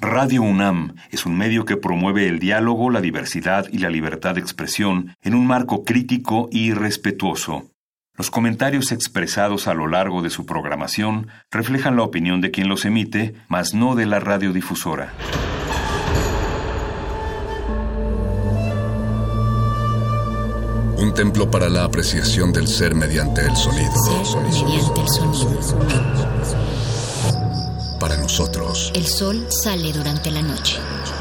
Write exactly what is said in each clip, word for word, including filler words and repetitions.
Radio UNAM es un medio que promueve el diálogo, la diversidad y la libertad de expresión en un marco crítico y respetuoso. Los comentarios expresados a lo largo de su programación reflejan la opinión de quien los emite, mas no de la radiodifusora. Un templo para la apreciación del ser mediante el sonido. Ser mediante el sonido. Para nosotros, el sol sale durante la noche.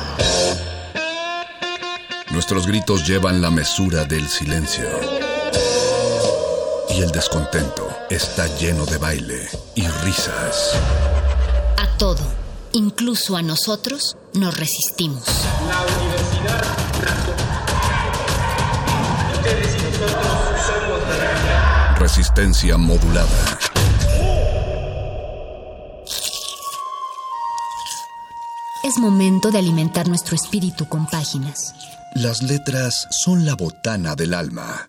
Nuestros gritos llevan la mesura del silencio. Y el descontento está lleno de baile y risas. A todo, incluso a nosotros, nos resistimos. La universidad ustedes y nosotros somos de realidad. Resistencia modulada. Es momento de alimentar nuestro espíritu con páginas. Las letras son la botana del alma.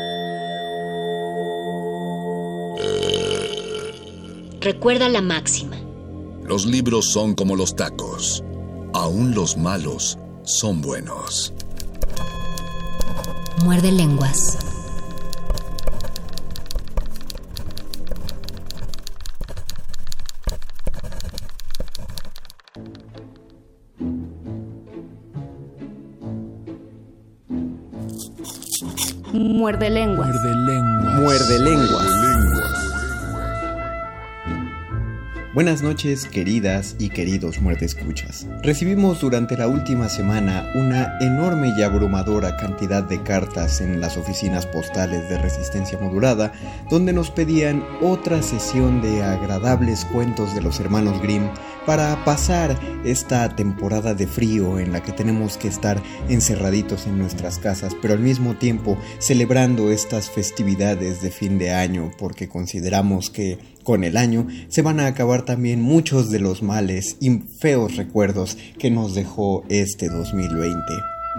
Recuerda la máxima. Los libros son como los tacos. Aún los malos son buenos. Muerde lenguas. Muerde lenguas. Muerde lenguas. Muerde lenguas. Buenas noches, queridas y queridos muerdescuchas. Recibimos durante la última semana una enorme y abrumadora cantidad de cartas en las oficinas postales de Resistencia Modulada, donde nos pedían otra sesión de agradables cuentos de los hermanos Grimm para pasar esta temporada de frío en la que tenemos que estar encerraditos en nuestras casas, pero al mismo tiempo celebrando estas festividades de fin de año, porque consideramos que con el año se van a acabar también muchos de los males y feos recuerdos que nos dejó este dos mil veinte.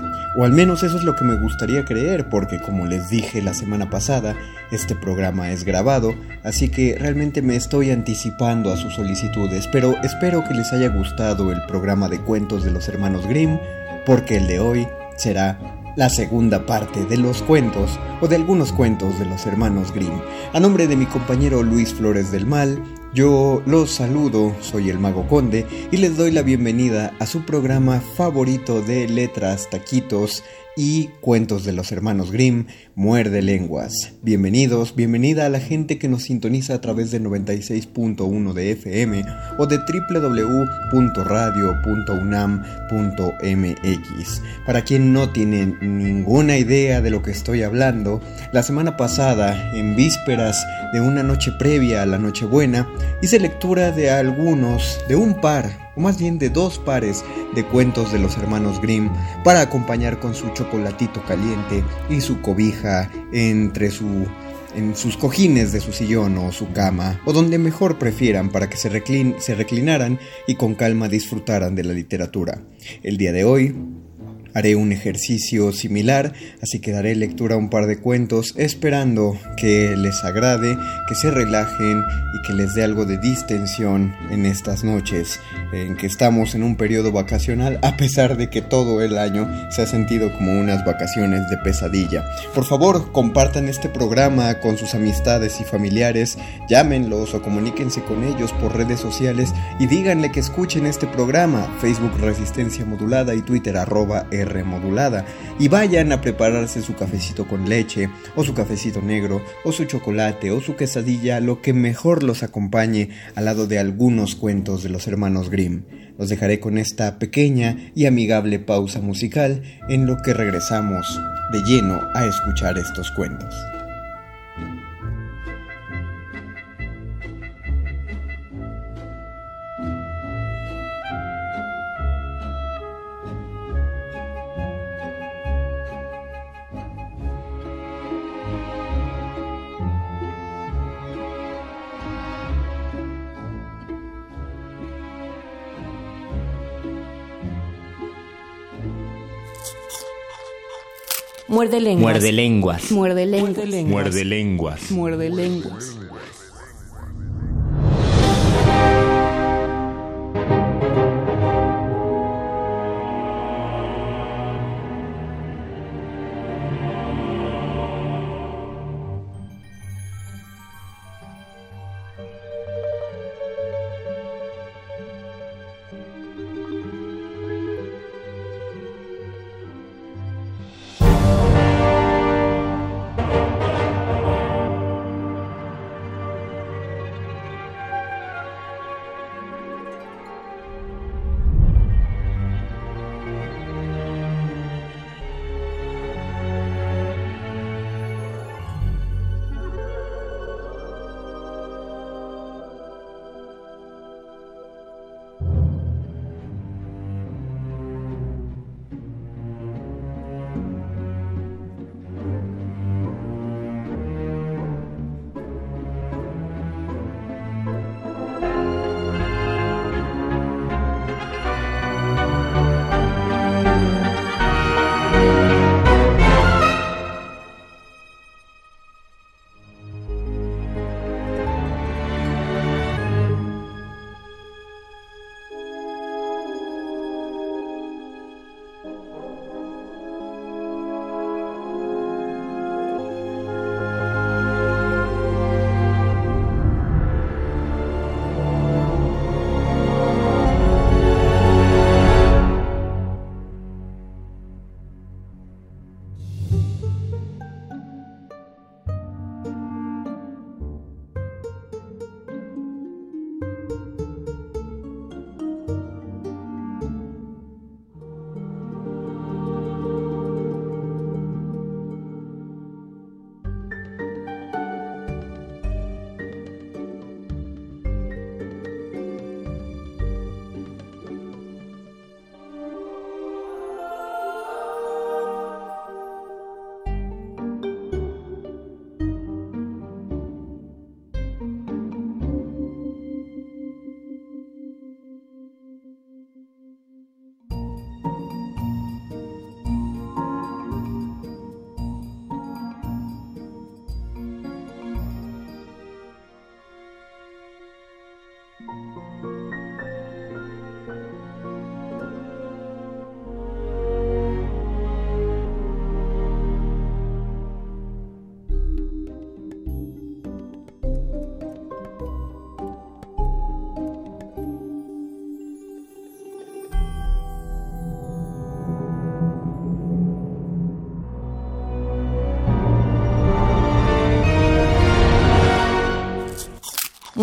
O al menos eso es lo que me gustaría creer, porque como les dije la semana pasada, este programa es grabado, así que realmente me estoy anticipando a sus solicitudes, pero espero que les haya gustado el programa de cuentos de los hermanos Grimm, porque el de hoy será la segunda parte de los cuentos, o de algunos cuentos de los hermanos Grimm. A nombre de mi compañero Luis Flores del Mal, yo los saludo, soy el Mago Conde, y les doy la bienvenida a su programa favorito de letras, taquitos y cuentos de los hermanos Grimm, Muerde Lenguas. Bienvenidos, bienvenida a la gente que nos sintoniza a través de noventa y seis punto uno de F M o de doble u doble u doble u punto radio punto unam punto m x. Para quien no tiene ninguna idea de lo que estoy hablando, la semana pasada, en vísperas de una noche previa a la Nochebuena, hice lectura de algunos, de un par, o más bien de dos pares de cuentos de los hermanos Grimm para acompañar con su chocolatito caliente y su cobija entre su, en sus cojines de su sillón o su cama, o donde mejor prefieran, para que se, reclin, se reclinaran y con calma disfrutaran de la literatura. El día de hoy haré un ejercicio similar, así que daré lectura a un par de cuentos esperando que les agrade, que se relajen y que les dé algo de distensión en estas noches en que estamos en un periodo vacacional, a pesar de que todo el año se ha sentido como unas vacaciones de pesadilla. Por favor, compartan este programa con sus amistades y familiares, llámenlos o comuníquense con ellos por redes sociales y díganle que escuchen este programa, Facebook Resistencia Modulada y Twitter arroba R Modulada, y vayan a prepararse su cafecito con leche, o su cafecito negro, o su chocolate, o su quesadilla, lo que mejor los acompañe al lado de algunos cuentos de los hermanos Grimm. Los dejaré con esta pequeña y amigable pausa musical en lo que regresamos de lleno a escuchar estos cuentos. Muerde lenguas. Muerde lenguas. Muerde lenguas. Muerde lenguas. Muerde lenguas.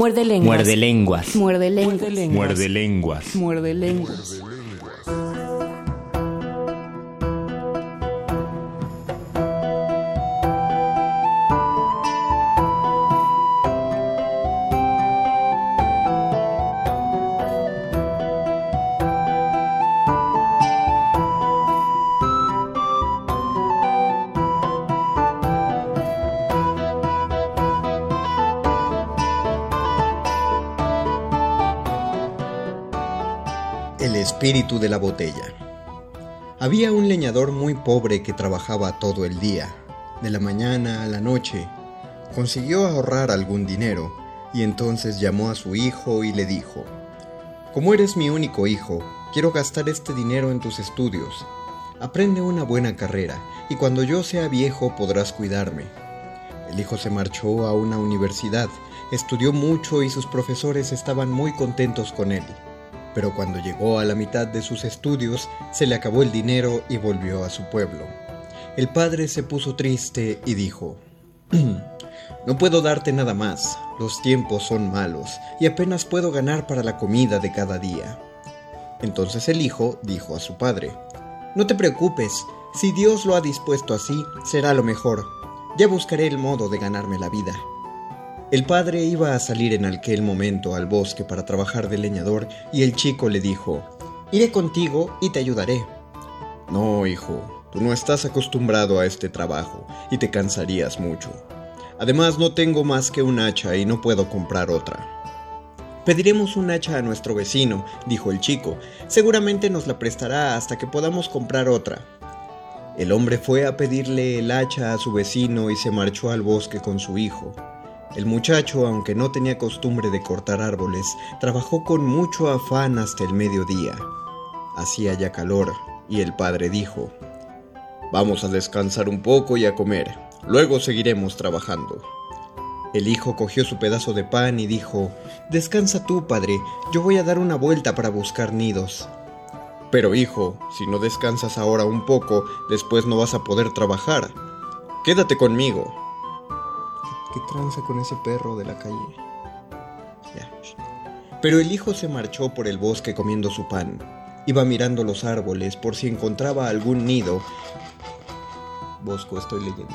Muerde lenguas. Muerde lenguas. Muerde lenguas. Muerde lenguas. Muerde lenguas. El espíritu de la botella. Había un leñador muy pobre que trabajaba todo el día, de la mañana a la noche. Consiguió ahorrar algún dinero y entonces llamó a su hijo y le dijo: «Como eres mi único hijo, quiero gastar este dinero en tus estudios. Aprende una buena carrera y cuando yo sea viejo podrás cuidarme». El hijo se marchó a una universidad, estudió mucho y sus profesores estaban muy contentos con él. Pero cuando llegó a la mitad de sus estudios, se le acabó el dinero y volvió a su pueblo. El padre se puso triste y dijo: «No puedo darte nada más, los tiempos son malos y apenas puedo ganar para la comida de cada día». Entonces el hijo dijo a su padre: «No te preocupes, si Dios lo ha dispuesto así, será lo mejor. Ya buscaré el modo de ganarme la vida». El padre iba a salir en aquel momento al bosque para trabajar de leñador y el chico le dijo: «Iré contigo y te ayudaré». «No, hijo, tú no estás acostumbrado a este trabajo y te cansarías mucho. Además no tengo más que un hacha y no puedo comprar otra». «Pediremos un hacha a nuestro vecino», dijo el chico. «Seguramente nos la prestará hasta que podamos comprar otra». El hombre fue a pedirle el hacha a su vecino y se marchó al bosque con su hijo. El muchacho, aunque no tenía costumbre de cortar árboles, trabajó con mucho afán hasta el mediodía. Hacía ya calor, y el padre dijo: «Vamos a descansar un poco y a comer, luego seguiremos trabajando». El hijo cogió su pedazo de pan y dijo: «Descansa tú, padre, yo voy a dar una vuelta para buscar nidos». «Pero hijo, si no descansas ahora un poco, después no vas a poder trabajar. Quédate conmigo». ¿Qué tranza con ese perro de la calle? Ya. Pero el hijo se marchó por el bosque comiendo su pan. Iba mirando los árboles por si encontraba algún nido. Bosco, estoy leyendo.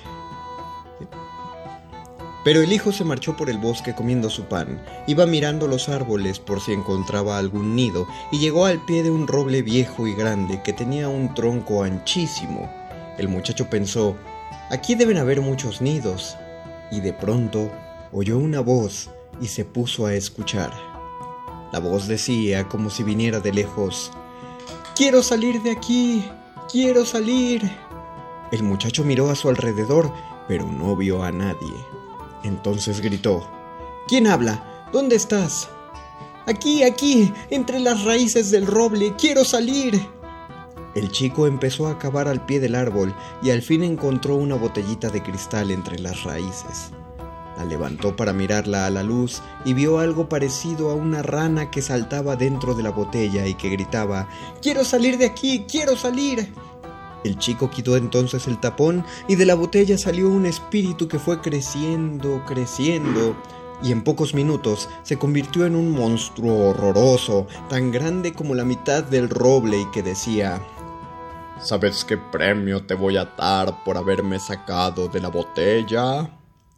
Pero el hijo se marchó por el bosque comiendo su pan. Iba mirando los árboles por si encontraba algún nido y llegó al pie de un roble viejo y grande que tenía un tronco anchísimo. El muchacho pensó: «Aquí deben haber muchos nidos». Y de pronto oyó una voz y se puso a escuchar. La voz decía, como si viniera de lejos: «¡Quiero salir de aquí! ¡Quiero salir!». El muchacho miró a su alrededor, pero no vio a nadie. Entonces gritó: «¿Quién habla? ¿Dónde estás?». «Aquí, aquí, entre las raíces del roble, quiero salir». El chico empezó a cavar al pie del árbol y al fin encontró una botellita de cristal entre las raíces. La levantó para mirarla a la luz y vio algo parecido a una rana que saltaba dentro de la botella y que gritaba: «¡Quiero salir de aquí! ¡Quiero salir!». El chico quitó entonces el tapón y de la botella salió un espíritu que fue creciendo, creciendo y en pocos minutos se convirtió en un monstruo horroroso, tan grande como la mitad del roble y que decía: «¿Sabes qué premio te voy a dar por haberme sacado de la botella?».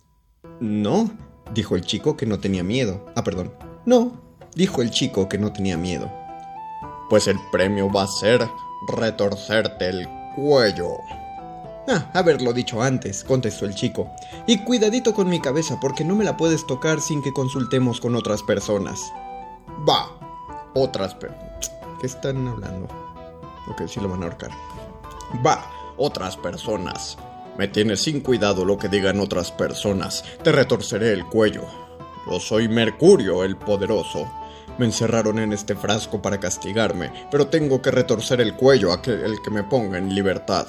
«No», dijo el chico que no tenía miedo. Ah, perdón. «No», dijo el chico que no tenía miedo. «Pues el premio va a ser retorcerte el cuello». «Ah, haberlo dicho antes», contestó el chico. «Y cuidadito con mi cabeza porque no me la puedes tocar sin que consultemos con otras personas». «Va, otras personas». ¿Qué están hablando? Ok, sí lo van a ahorcar. «Va, otras personas. Me tienes sin cuidado lo que digan otras personas. Te retorceré el cuello. Yo soy Mercurio el Poderoso. Me encerraron en este frasco para castigarme, pero tengo que retorcer el cuello a aquel que me ponga en libertad».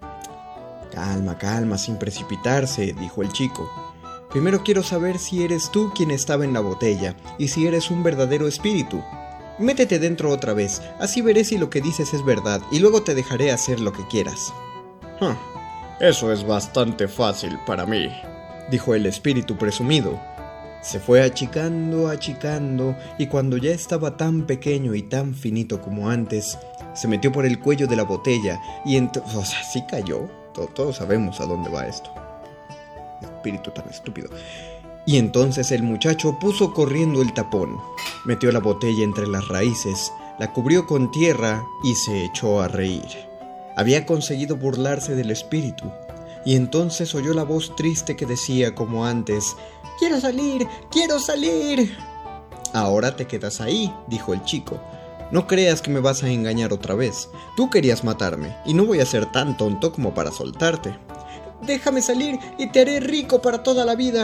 «Calma, calma, sin precipitarse», dijo el chico. «Primero quiero saber si eres tú quien estaba en la botella y si eres un verdadero espíritu. Métete dentro otra vez, así veré si lo que dices es verdad y luego te dejaré hacer lo que quieras». Huh, «Eso es bastante fácil para mí», dijo el espíritu presumido. Se fue achicando, achicando, y cuando ya estaba tan pequeño y tan finito como antes, se metió por el cuello de la botella y entonces, o sea, sí cayó. Todos, todos sabemos a dónde va esto. Espíritu tan estúpido. Y entonces el muchacho puso corriendo el tapón, metió la botella entre las raíces, la cubrió con tierra y se echó a reír. Había conseguido burlarse del espíritu, y entonces oyó la voz triste que decía como antes: «¡Quiero salir! ¡Quiero salir!». «Ahora te quedas ahí», dijo el chico. «No creas que me vas a engañar otra vez. Tú querías matarme, y no voy a ser tan tonto como para soltarte». «Déjame salir y te haré rico para toda la vida».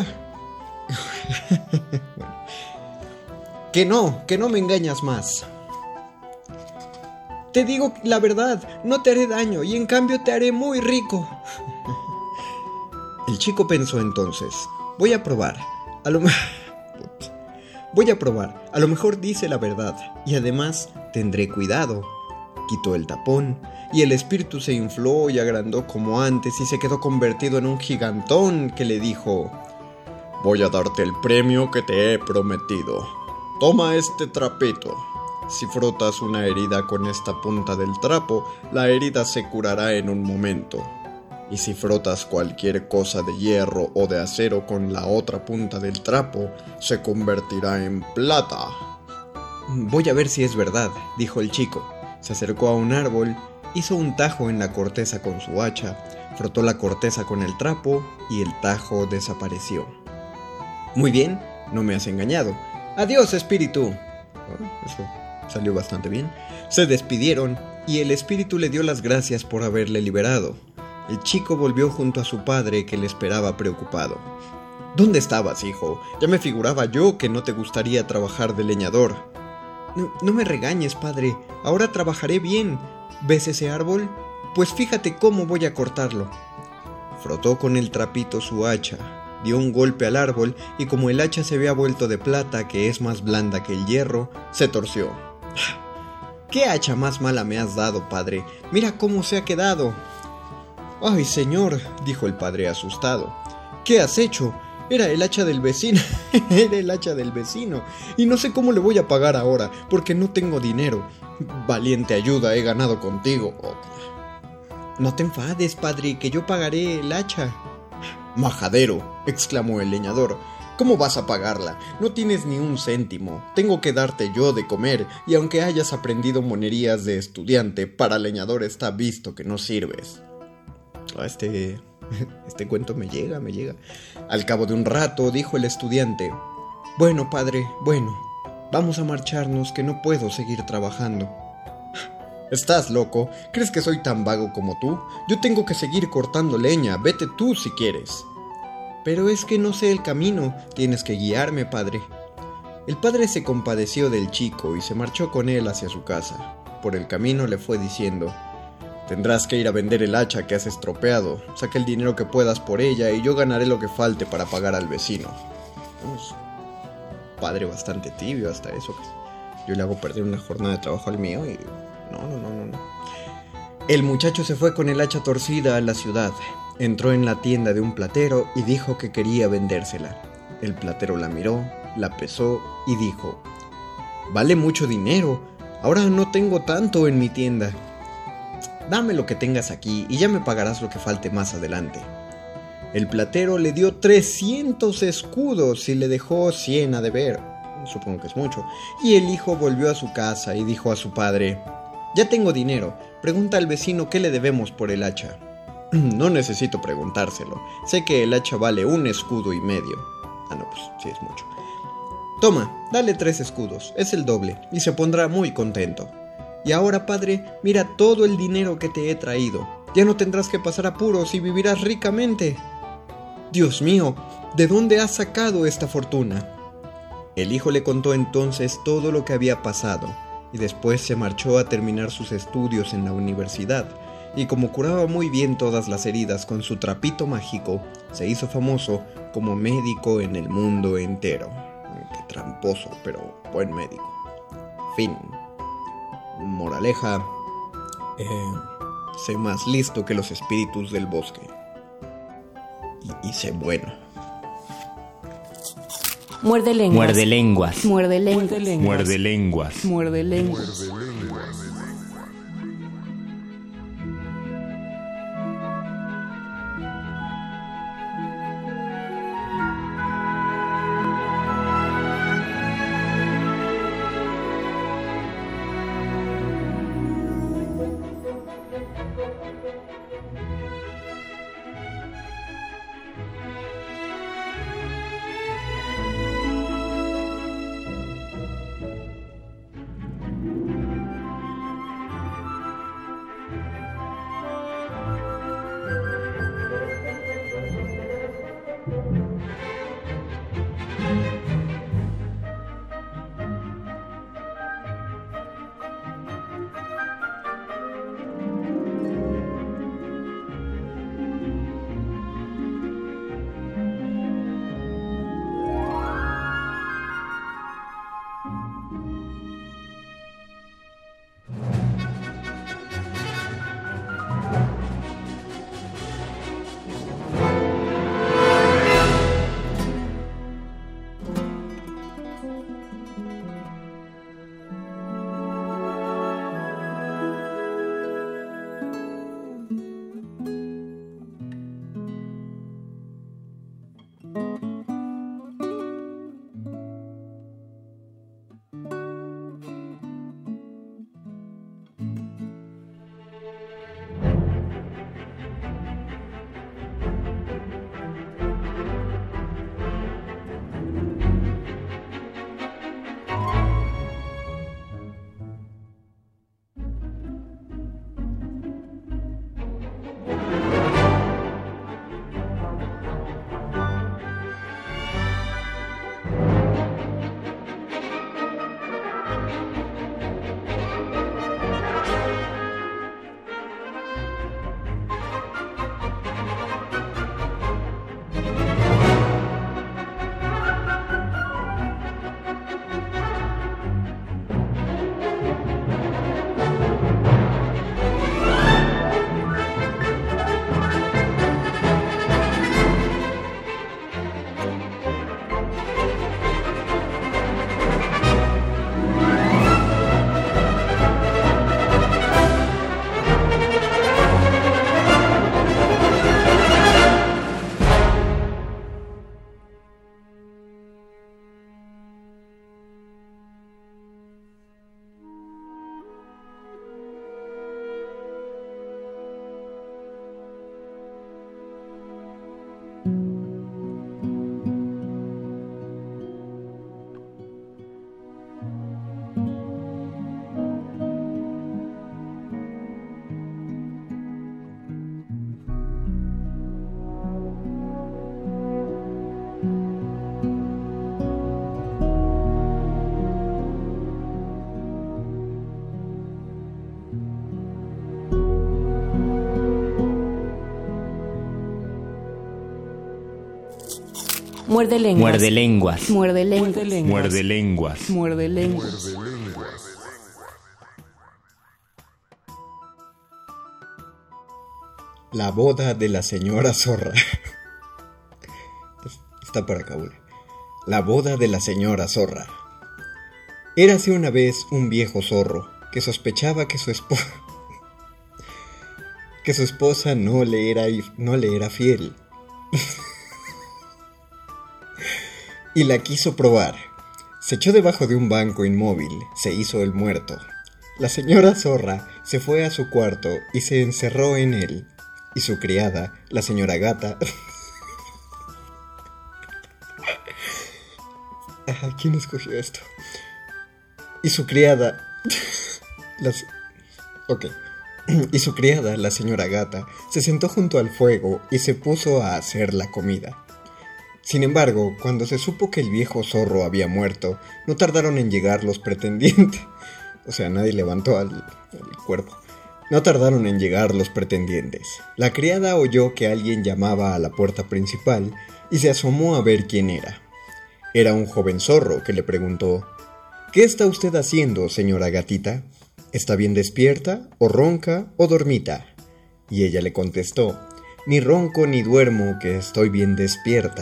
«Que no, que no me engañas más». «Te digo la verdad, no te haré daño y en cambio te haré muy rico». El chico pensó entonces: voy a probar, a lo mejor... Voy a probar, a lo mejor dice la verdad, y además tendré cuidado. Quitó el tapón, y el espíritu se infló y agrandó como antes, y se quedó convertido en un gigantón que le dijo: «Voy a darte el premio que te he prometido. Toma este trapito. Si frotas una herida con esta punta del trapo, la herida se curará en un momento. Y si frotas cualquier cosa de hierro o de acero con la otra punta del trapo, se convertirá en plata». «Voy a ver si es verdad», dijo el chico. Se acercó a un árbol, hizo un tajo en la corteza con su hacha, frotó la corteza con el trapo y el tajo desapareció. «Muy bien, no me has engañado. Adiós, espíritu». Oh, eso salió bastante bien. Se despidieron y el espíritu le dio las gracias por haberle liberado. El chico volvió junto a su padre, que le esperaba preocupado. «¿Dónde estabas, hijo? Ya me figuraba yo que no te gustaría trabajar de leñador». No, no me regañes, padre. Ahora trabajaré bien. ¿Ves ese árbol? Pues fíjate cómo voy a cortarlo». Frotó con el trapito su hacha, dio un golpe al árbol y como el hacha se había vuelto de plata, que es más blanda que el hierro, se torció. «¿Qué hacha más mala me has dado, padre? Mira cómo se ha quedado». «Ay, señor», dijo el padre asustado. «¿Qué has hecho? Era el hacha del vecino, era el hacha del vecino, y no sé cómo le voy a pagar ahora, porque no tengo dinero. Valiente ayuda he ganado contigo». Oh. «No te enfades, padre, que yo pagaré el hacha». «Majadero», exclamó el leñador, «¿cómo vas a pagarla? No tienes ni un céntimo, tengo que darte yo de comer, y aunque hayas aprendido monerías de estudiante, para leñador está visto que no sirves». Este... Este cuento me llega, me llega. Al cabo de un rato dijo el estudiante: «Bueno, padre, bueno, vamos a marcharnos, que no puedo seguir trabajando». «¿Estás loco? ¿Crees que soy tan vago como tú? Yo tengo que seguir cortando leña, vete tú si quieres». «Pero es que no sé el camino, tienes que guiarme, padre». El padre se compadeció del chico y se marchó con él hacia su casa. Por el camino le fue diciendo: «Tendrás que ir a vender el hacha que has estropeado. Saca el dinero que puedas por ella y yo ganaré lo que falte para pagar al vecino». Pues, padre bastante tibio hasta eso. Yo le hago perder una jornada de trabajo al mío y... No, no, no, no, no. El muchacho se fue con el hacha torcida a la ciudad. Entró en la tienda de un platero y dijo que quería vendérsela. El platero la miró, la pesó y dijo: «Vale mucho dinero. Ahora no tengo tanto en mi tienda. Dame lo que tengas aquí y ya me pagarás lo que falte más adelante». El platero le dio trescientos escudos y le dejó cien a deber. Supongo que es mucho. Y el hijo volvió a su casa y dijo a su padre: «Ya tengo dinero. Pregunta al vecino qué le debemos por el hacha». «No necesito preguntárselo. Sé que el hacha vale un escudo y medio». Ah, no, pues sí es mucho. «Toma, dale tres escudos. Es el doble y se pondrá muy contento. Y ahora, padre, mira todo el dinero que te he traído. Ya no tendrás que pasar apuros y vivirás ricamente». «Dios mío, ¿de dónde has sacado esta fortuna?». El hijo le contó entonces todo lo que había pasado, y después se marchó a terminar sus estudios en la universidad, y como curaba muy bien todas las heridas con su trapito mágico, se hizo famoso como médico en el mundo entero. Qué tramposo, pero buen médico. Fin. Moraleja: eh, sé más listo que los espíritus del bosque. Y, y sé bueno. Muerde lenguas. Muerde lenguas. Muerde lenguas. Muerde lenguas. Muerde lenguas. Muerde lenguas. Muerde lenguas. Muerde lenguas. Muerde lenguas. Muerde lenguas. La boda de la señora zorra. Está por acá, una. La boda de la señora zorra. Érase una vez un viejo zorro que sospechaba que su esposa que su esposa no le era no le era fiel. Y la quiso probar. Se echó debajo de un banco inmóvil, se hizo el muerto. La señora zorra se fue a su cuarto y se encerró en él. Y su criada, la señora gata... ¿Quién escogió esto? Y su criada... Las... Ok. Y su criada, la señora gata, se sentó junto al fuego y se puso a hacer la comida. Sin embargo, cuando se supo que el viejo zorro había muerto, no tardaron en llegar los pretendientes. O sea, nadie levantó al, al cuerpo. No tardaron en llegar los pretendientes. La criada oyó que alguien llamaba a la puerta principal y se asomó a ver quién era. Era un joven zorro que le preguntó: ¿Qué está usted haciendo, señora gatita? ¿Está bien despierta, o ronca, o dormita? Y ella le contestó: Ni ronco ni duermo, que estoy bien despierta.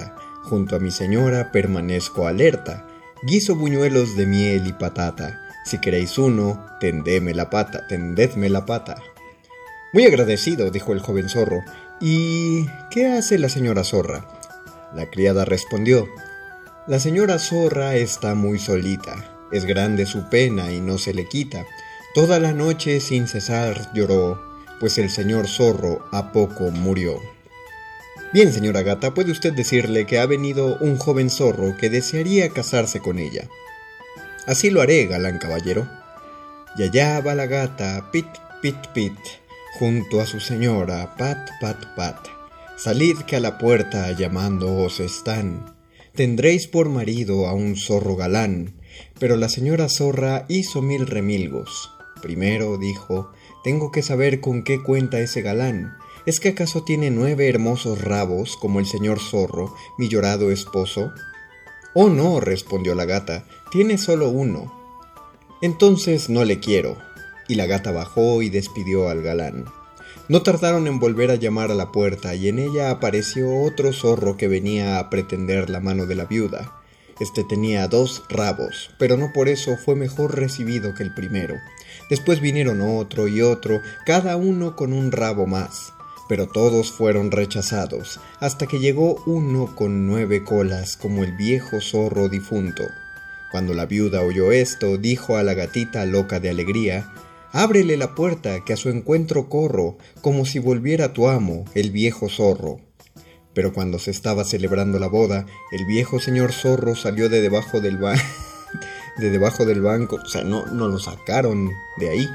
Junto a mi señora permanezco alerta. Guiso buñuelos de miel y patata. Si queréis uno, tendedme la pata, tendedme la pata. Muy agradecido, dijo el joven zorro. ¿Y qué hace la señora zorra? La criada respondió: la señora zorra está muy solita. Es grande su pena y no se le quita. Toda la noche sin cesar lloró, pues el señor zorro a poco murió. Bien, señora gata, puede usted decirle que ha venido un joven zorro que desearía casarse con ella. Así lo haré, galán caballero. Y allá va la gata, pit, pit, pit, junto a su señora, pat, pat, pat. Salid que a la puerta llamándoos están. Tendréis por marido a un zorro galán. Pero la señora zorra hizo mil remilgos. Primero dijo: tengo que saber con qué cuenta ese galán. ¿Es que acaso tiene nueve hermosos rabos, como el señor zorro, mi llorado esposo? Oh no, respondió la gata, tiene solo uno. Entonces no le quiero. Y la gata bajó y despidió al galán. No tardaron en volver a llamar a la puerta, y en ella apareció otro zorro que venía a pretender la mano de la viuda. Este tenía dos rabos, pero no por eso fue mejor recibido que el primero. Después vinieron otro y otro, cada uno con un rabo más, pero todos fueron rechazados, hasta que llegó uno con nueve colas, como el viejo zorro difunto. Cuando la viuda oyó esto, dijo a la gatita loca de alegría: ábrele la puerta, que a su encuentro corro, como si volviera tu amo, el viejo zorro. Pero cuando se estaba celebrando la boda, el viejo señor zorro salió de debajo del ba- de debajo del banco, o sea, no, no lo sacaron de ahí.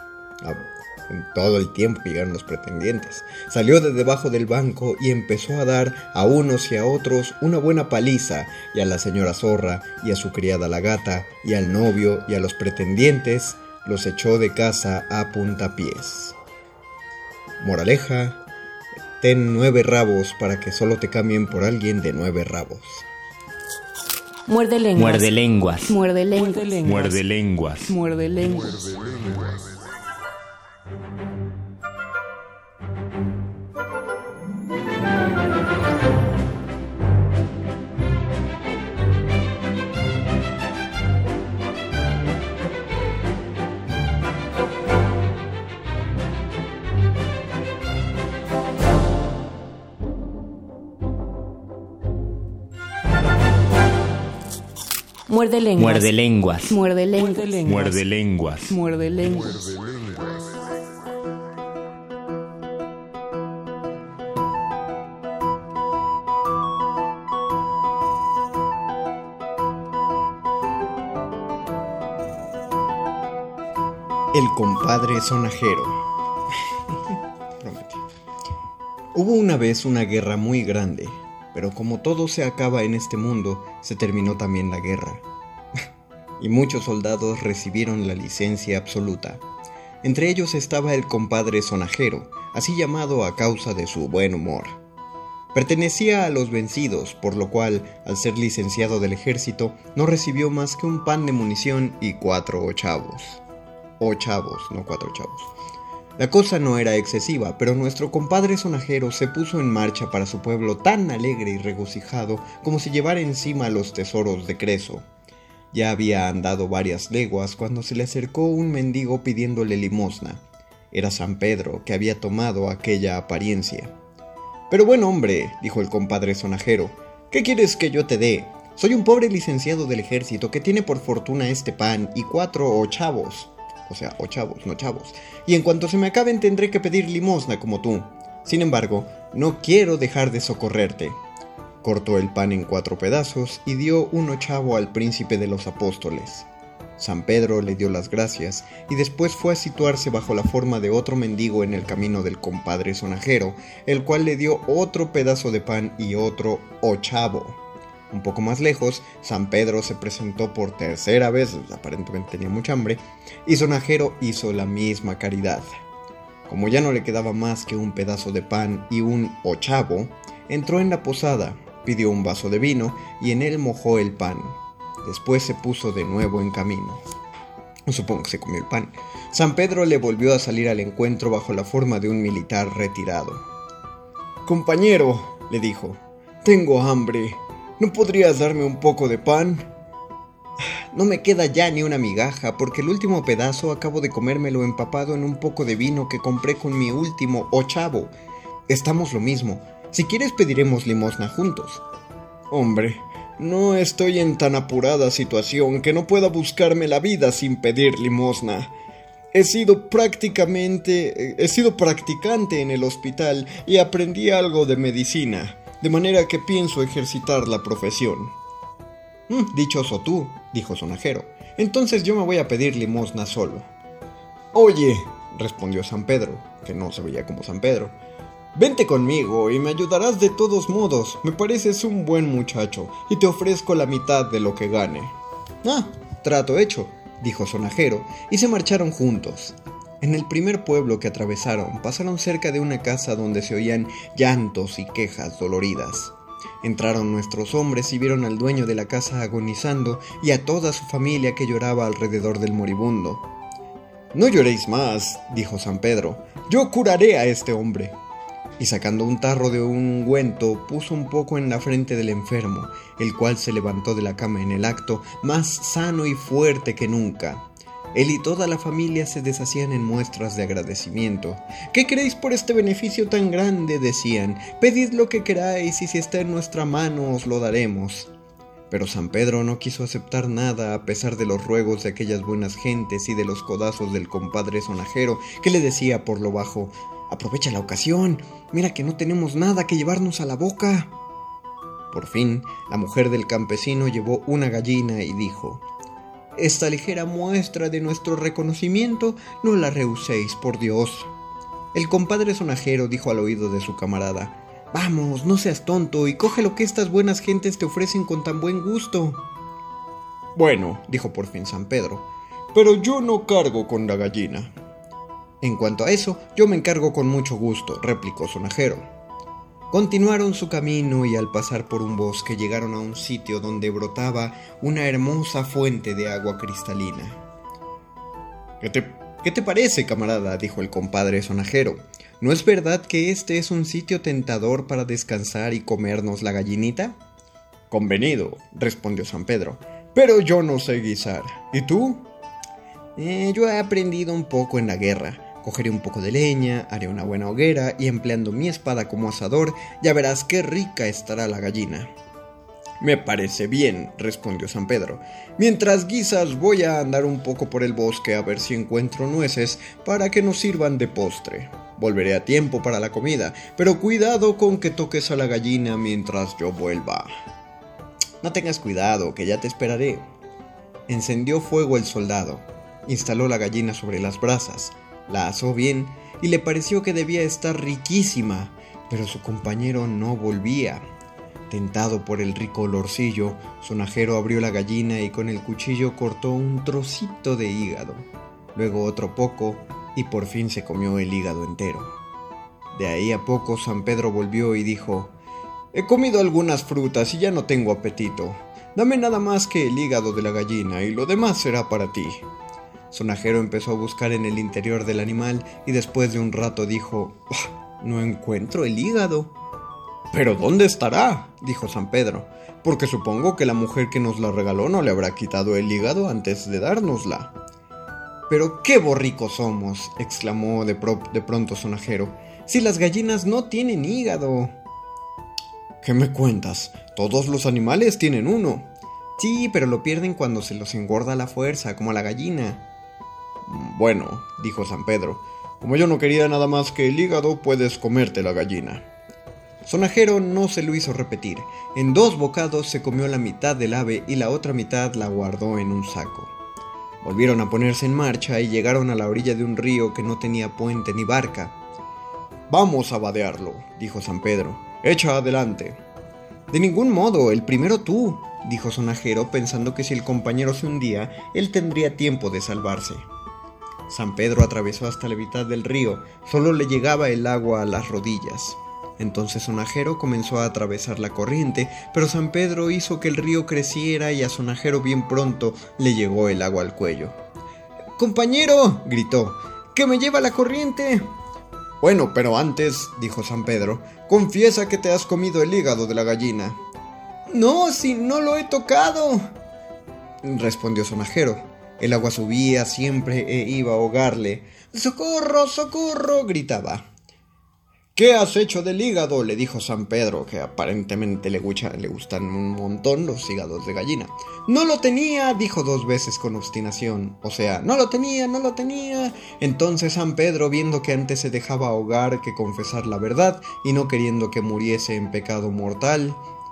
En todo el tiempo que llegaron los pretendientes. Salió de debajo del banco y empezó a dar a unos y a otros una buena paliza, y a la señora zorra, y a su criada la gata, y al novio, y a los pretendientes, los echó de casa a puntapiés. Moraleja: ten nueve rabos para que solo te cambien por alguien de nueve rabos. Muerde lenguas. Muerde lenguas. Muerde lenguas. Muerde lenguas. Muerde lenguas. Muerde lenguas. Muerde lenguas. Muerde lenguas. Muerde lenguas. Muerde lenguas. El compadre sonajero. Prometí. Hubo una vez una guerra muy grande, pero como todo se acaba en este mundo, se terminó también la guerra. Y muchos soldados recibieron la licencia absoluta. Entre ellos estaba el compadre sonajero, así llamado a causa de su buen humor. Pertenecía a los vencidos, por lo cual, al ser licenciado del ejército, no recibió más que un pan de munición y cuatro ochavos. Ochavos, no cuatro chavos. La cosa no era excesiva, pero nuestro compadre sonajero se puso en marcha para su pueblo tan alegre y regocijado como si llevara encima los tesoros de Creso. Ya había andado varias leguas cuando se le acercó un mendigo pidiéndole limosna. Era San Pedro, que había tomado aquella apariencia. «Pero buen hombre», dijo el compadre sonajero, «¿qué quieres que yo te dé? Soy un pobre licenciado del ejército que tiene por fortuna este pan y cuatro ochavos». O sea, ochavos, no chavos. Y en cuanto se me acaben tendré que pedir limosna como tú. Sin embargo, no quiero dejar de socorrerte. Cortó el pan en cuatro pedazos y dio un ochavo al príncipe de los apóstoles. San Pedro le dio las gracias y después fue a situarse bajo la forma de otro mendigo en el camino del compadre sonajero, el cual le dio otro pedazo de pan y otro ochavo. Un poco más lejos, San Pedro se presentó por tercera vez, aparentemente tenía mucha hambre, y sonajero hizo la misma caridad. Como ya no le quedaba más que un pedazo de pan y un ochavo, entró en la posada, pidió un vaso de vino y en él mojó el pan. Después se puso de nuevo en camino. Supongo que se comió el pan. San Pedro le volvió a salir al encuentro bajo la forma de un militar retirado. «Compañero», le dijo, «tengo hambre. ¿no podrías darme un poco de pan? No me queda ya ni una migaja, porque el último pedazo acabo de comérmelo empapado en un poco de vino que compré con mi último ochavo. Estamos lo mismo. Si quieres pediremos limosna juntos. Hombre, no estoy en tan apurada situación que no pueda buscarme la vida sin pedir limosna. He sido prácticamente... he sido practicante en el hospital y aprendí algo de medicina, de manera que pienso ejercitar la profesión. Mm, dichoso tú, dijo Sonajero. Entonces yo me voy a pedir limosna solo. Oye, respondió San Pedro, que no se veía como San Pedro. Vente conmigo y me ayudarás de todos modos. Me pareces un buen muchacho y te ofrezco la mitad de lo que gane. Ah, trato hecho, dijo Sonajero, y se marcharon juntos. En el primer pueblo que atravesaron, pasaron cerca de una casa donde se oían llantos y quejas doloridas. Entraron nuestros hombres y vieron al dueño de la casa agonizando y a toda su familia que lloraba alrededor del moribundo. No lloréis más, dijo San Pedro, yo curaré a este hombre. Y sacando un tarro de ungüento, puso un poco en la frente del enfermo, el cual se levantó de la cama en el acto, más sano y fuerte que nunca. Él y toda la familia se deshacían en muestras de agradecimiento. ¿Qué queréis por este beneficio tan grande?, decían. Pedid lo que queráis y si está en nuestra mano os lo daremos. Pero San Pedro no quiso aceptar nada a pesar de los ruegos de aquellas buenas gentes y de los codazos del compadre Sonajero, que le decía por lo bajo: aprovecha la ocasión, mira que no tenemos nada que llevarnos a la boca. Por fin, la mujer del campesino llevó una gallina y dijo: esta ligera muestra de nuestro reconocimiento no la rehuséis, por Dios. El compadre Sonajero dijo al oído de su camarada: vamos, no seas tonto y coge lo que estas buenas gentes te ofrecen con tan buen gusto. Bueno, dijo por fin San Pedro, pero yo no cargo con la gallina. En cuanto a eso, yo me encargo con mucho gusto, replicó Sonajero. Continuaron su camino y al pasar por un bosque llegaron a un sitio donde brotaba una hermosa fuente de agua cristalina. ¿Qué te, qué te parece, camarada?, dijo el compadre Sonajero. ¿No es verdad que este es un sitio tentador para descansar y comernos la gallinita? Convenido, respondió San Pedro, pero yo no sé guisar. ¿Y tú? Eh, yo he aprendido un poco en la guerra. Cogeré un poco de leña, haré una buena hoguera y empleando mi espada como asador, ya verás qué rica estará la gallina. Me parece bien, respondió San Pedro. Mientras guisas voy a andar un poco por el bosque a ver si encuentro nueces para que nos sirvan de postre. Volveré a tiempo para la comida, pero cuidado con que toques a la gallina mientras yo vuelva. No tengas cuidado, que ya te esperaré. Encendió fuego el soldado, instaló la gallina sobre las brasas, la asó bien y le pareció que debía estar riquísima, pero su compañero no volvía. Tentado por el rico olorcillo, Sonajero abrió la gallina y con el cuchillo cortó un trocito de hígado, luego otro poco y por fin se comió el hígado entero. De ahí a poco San Pedro volvió y dijo: he comido algunas frutas y ya no tengo apetito. Dame nada más que el hígado de la gallina y lo demás será para ti. Sonajero empezó a buscar en el interior del animal y después de un rato dijo: oh, no encuentro el hígado. ¿Pero dónde estará?, dijo San Pedro, porque supongo que la mujer que nos la regaló no le habrá quitado el hígado antes de dárnosla. Pero qué borricos somos, exclamó de, pro- de pronto Sonajero, si las gallinas no tienen hígado. ¿Qué me cuentas? Todos los animales tienen uno. Sí, pero lo pierden cuando se los engorda a la fuerza, como a la gallina. Bueno, dijo San Pedro, como yo no quería nada más que el hígado, puedes comerte la gallina. Sonajero no se lo hizo repetir. En dos bocados se comió la mitad del ave y la otra mitad la guardó en un saco. Volvieron a ponerse en marcha y llegaron a la orilla de un río que no tenía puente ni barca. Vamos a vadearlo, dijo San Pedro. Echa adelante. De ningún modo, el primero tú, dijo Sonajero, pensando que si el compañero se hundía, él tendría tiempo de salvarse. San Pedro atravesó hasta la mitad del río, solo le llegaba el agua a las rodillas. Entonces Sonajero comenzó a atravesar la corriente, pero San Pedro hizo que el río creciera y a Sonajero bien pronto le llegó el agua al cuello. ¡Compañero!, gritó, ¡que me lleva la corriente! Bueno, pero antes, dijo San Pedro, confiesa que te has comido el hígado de la gallina. No, si no lo he tocado, respondió Sonajero. El agua subía siempre e iba a ahogarle. ¡Socorro, socorro!, gritaba. ¿Qué has hecho del hígado?, le dijo San Pedro, que aparentemente le, gucha, le gustan un montón los hígados de gallina. No lo tenía, dijo dos veces con obstinación. O sea, no lo tenía, no lo tenía. Entonces San Pedro, viendo que antes se dejaba ahogar que confesar la verdad, y no queriendo que muriese en pecado mortal...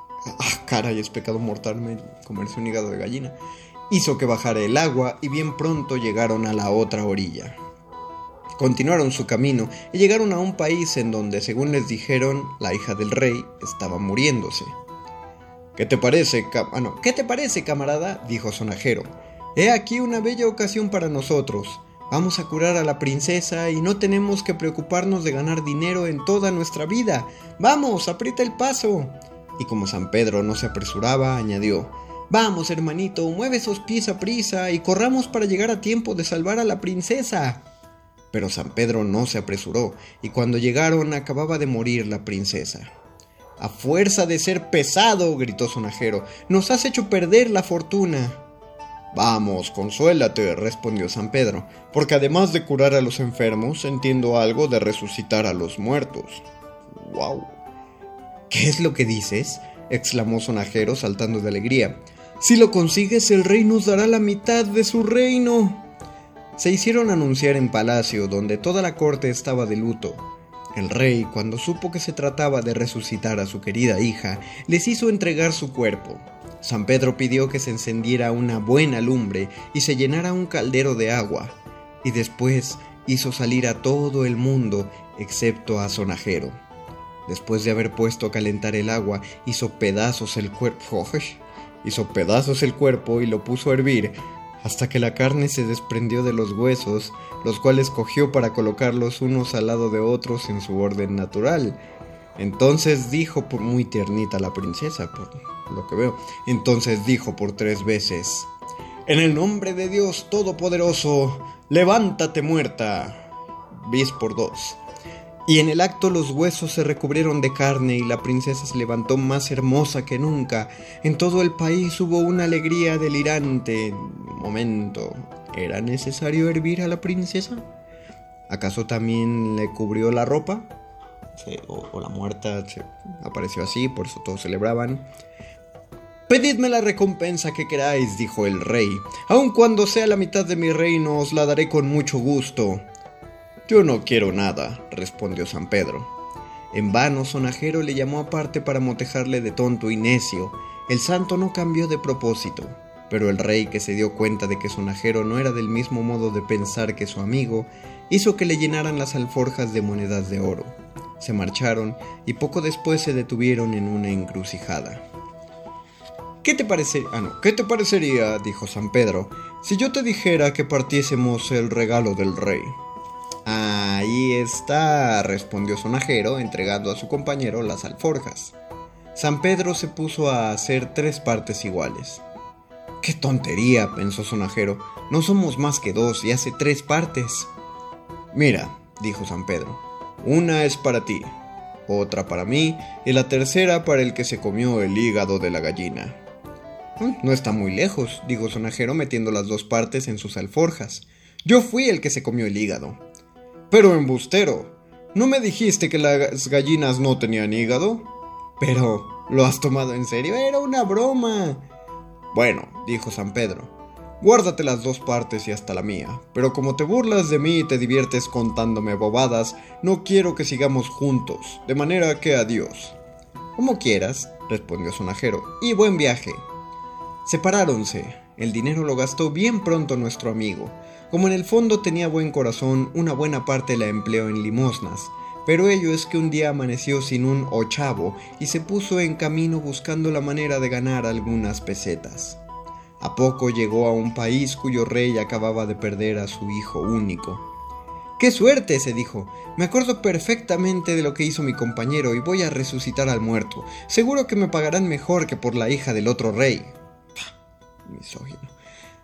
Ah, caray, es pecado mortal comerse un hígado de gallina. Hizo que bajara el agua y bien pronto llegaron a la otra orilla. Continuaron su camino y llegaron a un país en donde, según les dijeron, la hija del rey estaba muriéndose. ¿Qué te parece, cam- ah, no. ¿Qué te parece, camarada?, dijo Sonajero. He aquí una bella ocasión para nosotros. Vamos a curar a la princesa y no tenemos que preocuparnos de ganar dinero en toda nuestra vida. ¡Vamos, aprieta el paso! Y como San Pedro no se apresuraba, añadió: Vamos, hermanito, mueve esos pies a prisa y corramos para llegar a tiempo de salvar a la princesa. Pero San Pedro no se apresuró, y cuando llegaron acababa de morir la princesa. «A fuerza de ser pesado», gritó Sonajero, «nos has hecho perder la fortuna». «Vamos, consuélate», respondió San Pedro, «porque además de curar a los enfermos, entiendo algo de resucitar a los muertos». «¡Wow! ¿Qué es lo que dices?», exclamó Sonajero saltando de alegría. «Si lo consigues, el rey nos dará la mitad de su reino». Se hicieron anunciar en palacio, donde toda la corte estaba de luto. El rey, cuando supo que se trataba de resucitar a su querida hija, les hizo entregar su cuerpo. San Pedro pidió que se encendiera una buena lumbre y se llenara un caldero de agua, y después hizo salir a todo el mundo, excepto a Sonajero. Después de haber puesto a calentar el agua, hizo pedazos el cuerpo, hizo pedazos el cuerpo y lo puso a hervir, hasta que la carne se desprendió de los huesos, los cuales cogió para colocarlos unos al lado de otros en su orden natural. Entonces dijo, por muy tiernita la princesa, por lo que veo, entonces dijo por tres veces: «En el nombre de Dios Todopoderoso, levántate muerta». Bis por dos. Y en el acto los huesos se recubrieron de carne y la princesa se levantó más hermosa que nunca. En todo el país hubo una alegría delirante. Momento, ¿era necesario hervir a la princesa? ¿Acaso también le cubrió la ropa? Sí, o, o la muerta se apareció así, por eso todos celebraban. «Pedidme la recompensa que queráis», dijo el rey. «Aun cuando sea la mitad de mi reino, os la daré con mucho gusto». «Yo no quiero nada», respondió San Pedro. En vano Sonajero le llamó aparte para motejarle de tonto y necio. El santo no cambió de propósito, pero el rey, que se dio cuenta de que Sonajero no era del mismo modo de pensar que su amigo, hizo que le llenaran las alforjas de monedas de oro. Se marcharon y poco después se detuvieron en una encrucijada. ¿Qué te parecería? Ah, no, ¿qué te parecería?, dijo San Pedro, si yo te dijera que partiésemos el regalo del rey. «Ahí está», respondió Sonajero, entregando a su compañero las alforjas. San Pedro se puso a hacer tres partes iguales. «¡Qué tontería!», pensó Sonajero, «no somos más que dos y hace tres partes». «Mira», dijo San Pedro, «una es para ti, otra para mí y la tercera para el que se comió el hígado de la gallina». «No está muy lejos», dijo Sonajero metiendo las dos partes en sus alforjas. «Yo fui el que se comió el hígado». «Pero embustero, ¿no me dijiste que las gallinas no tenían hígado?» «Pero, ¿lo has tomado en serio? Era una broma». «Bueno», dijo San Pedro, «guárdate las dos partes y hasta la mía, pero como te burlas de mí y te diviertes contándome bobadas, no quiero que sigamos juntos, de manera que adiós». «Como quieras», respondió Sonajero, «y buen viaje». Separáronse. El dinero lo gastó bien pronto nuestro amigo. Como en el fondo tenía buen corazón, una buena parte la empleó en limosnas, pero ello es que un día amaneció sin un ochavo y se puso en camino buscando la manera de ganar algunas pesetas. A poco llegó a un país cuyo rey acababa de perder a su hijo único. «¡Qué suerte!», se dijo. «Me acuerdo perfectamente de lo que hizo mi compañero y voy a resucitar al muerto. Seguro que me pagarán mejor que por la hija del otro rey». Misógino.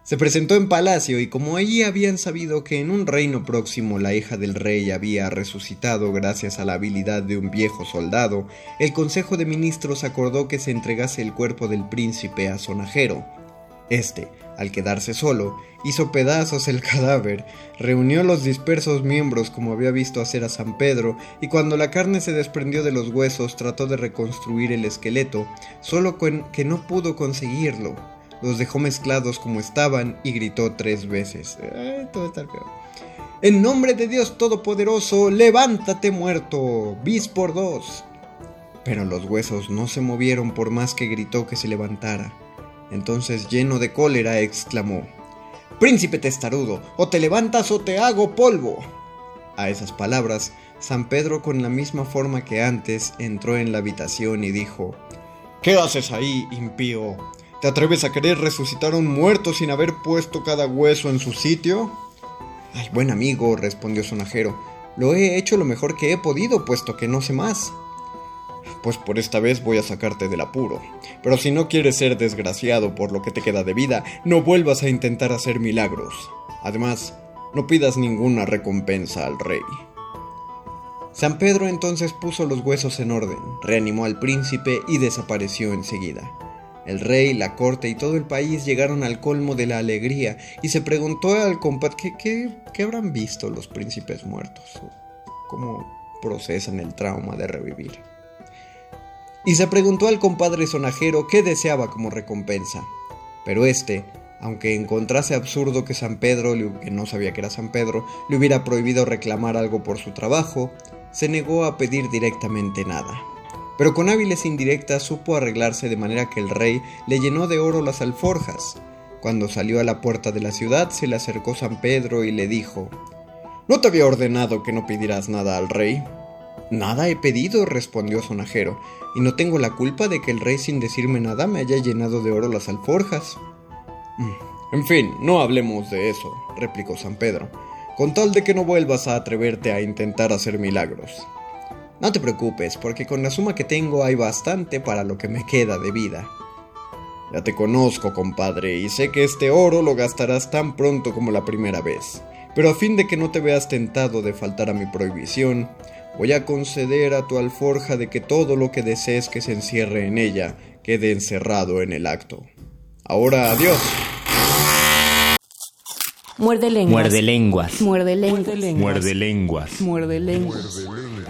Se presentó en palacio y como allí habían sabido que en un reino próximo la hija del rey había resucitado gracias a la habilidad de un viejo soldado, el Consejo de Ministros acordó que se entregase el cuerpo del príncipe a Sonajero. Este, al quedarse solo, hizo pedazos el cadáver, reunió los dispersos miembros como había visto hacer a San Pedro, y cuando la carne se desprendió de los huesos trató de reconstruir el esqueleto, solo que no pudo conseguirlo. Los dejó mezclados como estaban y gritó tres veces. Ay, todo está feo. En nombre de Dios Todopoderoso, levántate muerto, bis por dos. Pero los huesos no se movieron por más que gritó que se levantara. Entonces, lleno de cólera, exclamó: Príncipe testarudo, o te levantas o te hago polvo. A esas palabras, San Pedro, con la misma forma que antes, entró en la habitación y dijo: ¿Qué haces ahí, impío? ¿Te atreves a querer resucitar a un muerto sin haber puesto cada hueso en su sitio? Ay, buen amigo, respondió Sonajero, lo he hecho lo mejor que he podido, puesto que no sé más. Pues por esta vez voy a sacarte del apuro. Pero si no quieres ser desgraciado por lo que te queda de vida, no vuelvas a intentar hacer milagros. Además, no pidas ninguna recompensa al rey. San Pedro entonces puso los huesos en orden, reanimó al príncipe y desapareció enseguida. El rey, la corte y todo el país llegaron al colmo de la alegría y se preguntó al compadre ¿qué, qué, qué habrán visto los príncipes muertos? ¿Cómo procesan el trauma de revivir? Y se preguntó al compadre Sonajero qué deseaba como recompensa. Pero este, aunque encontrase absurdo que San Pedro, que no sabía que era San Pedro, le hubiera prohibido reclamar algo por su trabajo, se negó a pedir directamente nada. Pero con hábiles indirectas supo arreglarse de manera que el rey le llenó de oro las alforjas. Cuando salió a la puerta de la ciudad, se le acercó San Pedro y le dijo: ¿No te había ordenado que no pidieras nada al rey? Nada he pedido, respondió Sonajero, y no tengo la culpa de que el rey sin decirme nada me haya llenado de oro las alforjas. En fin, no hablemos de eso, replicó San Pedro, con tal de que no vuelvas a atreverte a intentar hacer milagros. No te preocupes, porque con la suma que tengo hay bastante para lo que me queda de vida. Ya te conozco, compadre, y sé que este oro lo gastarás tan pronto como la primera vez. Pero a fin de que no te veas tentado de faltar a mi prohibición, voy a conceder a tu alforja de que todo lo que desees que se encierre en ella quede encerrado en el acto. Ahora, adiós. Muerde lenguas. Muerde lenguas. Muerde lenguas. Muerde lenguas. Muerde lenguas. Muerde lenguas.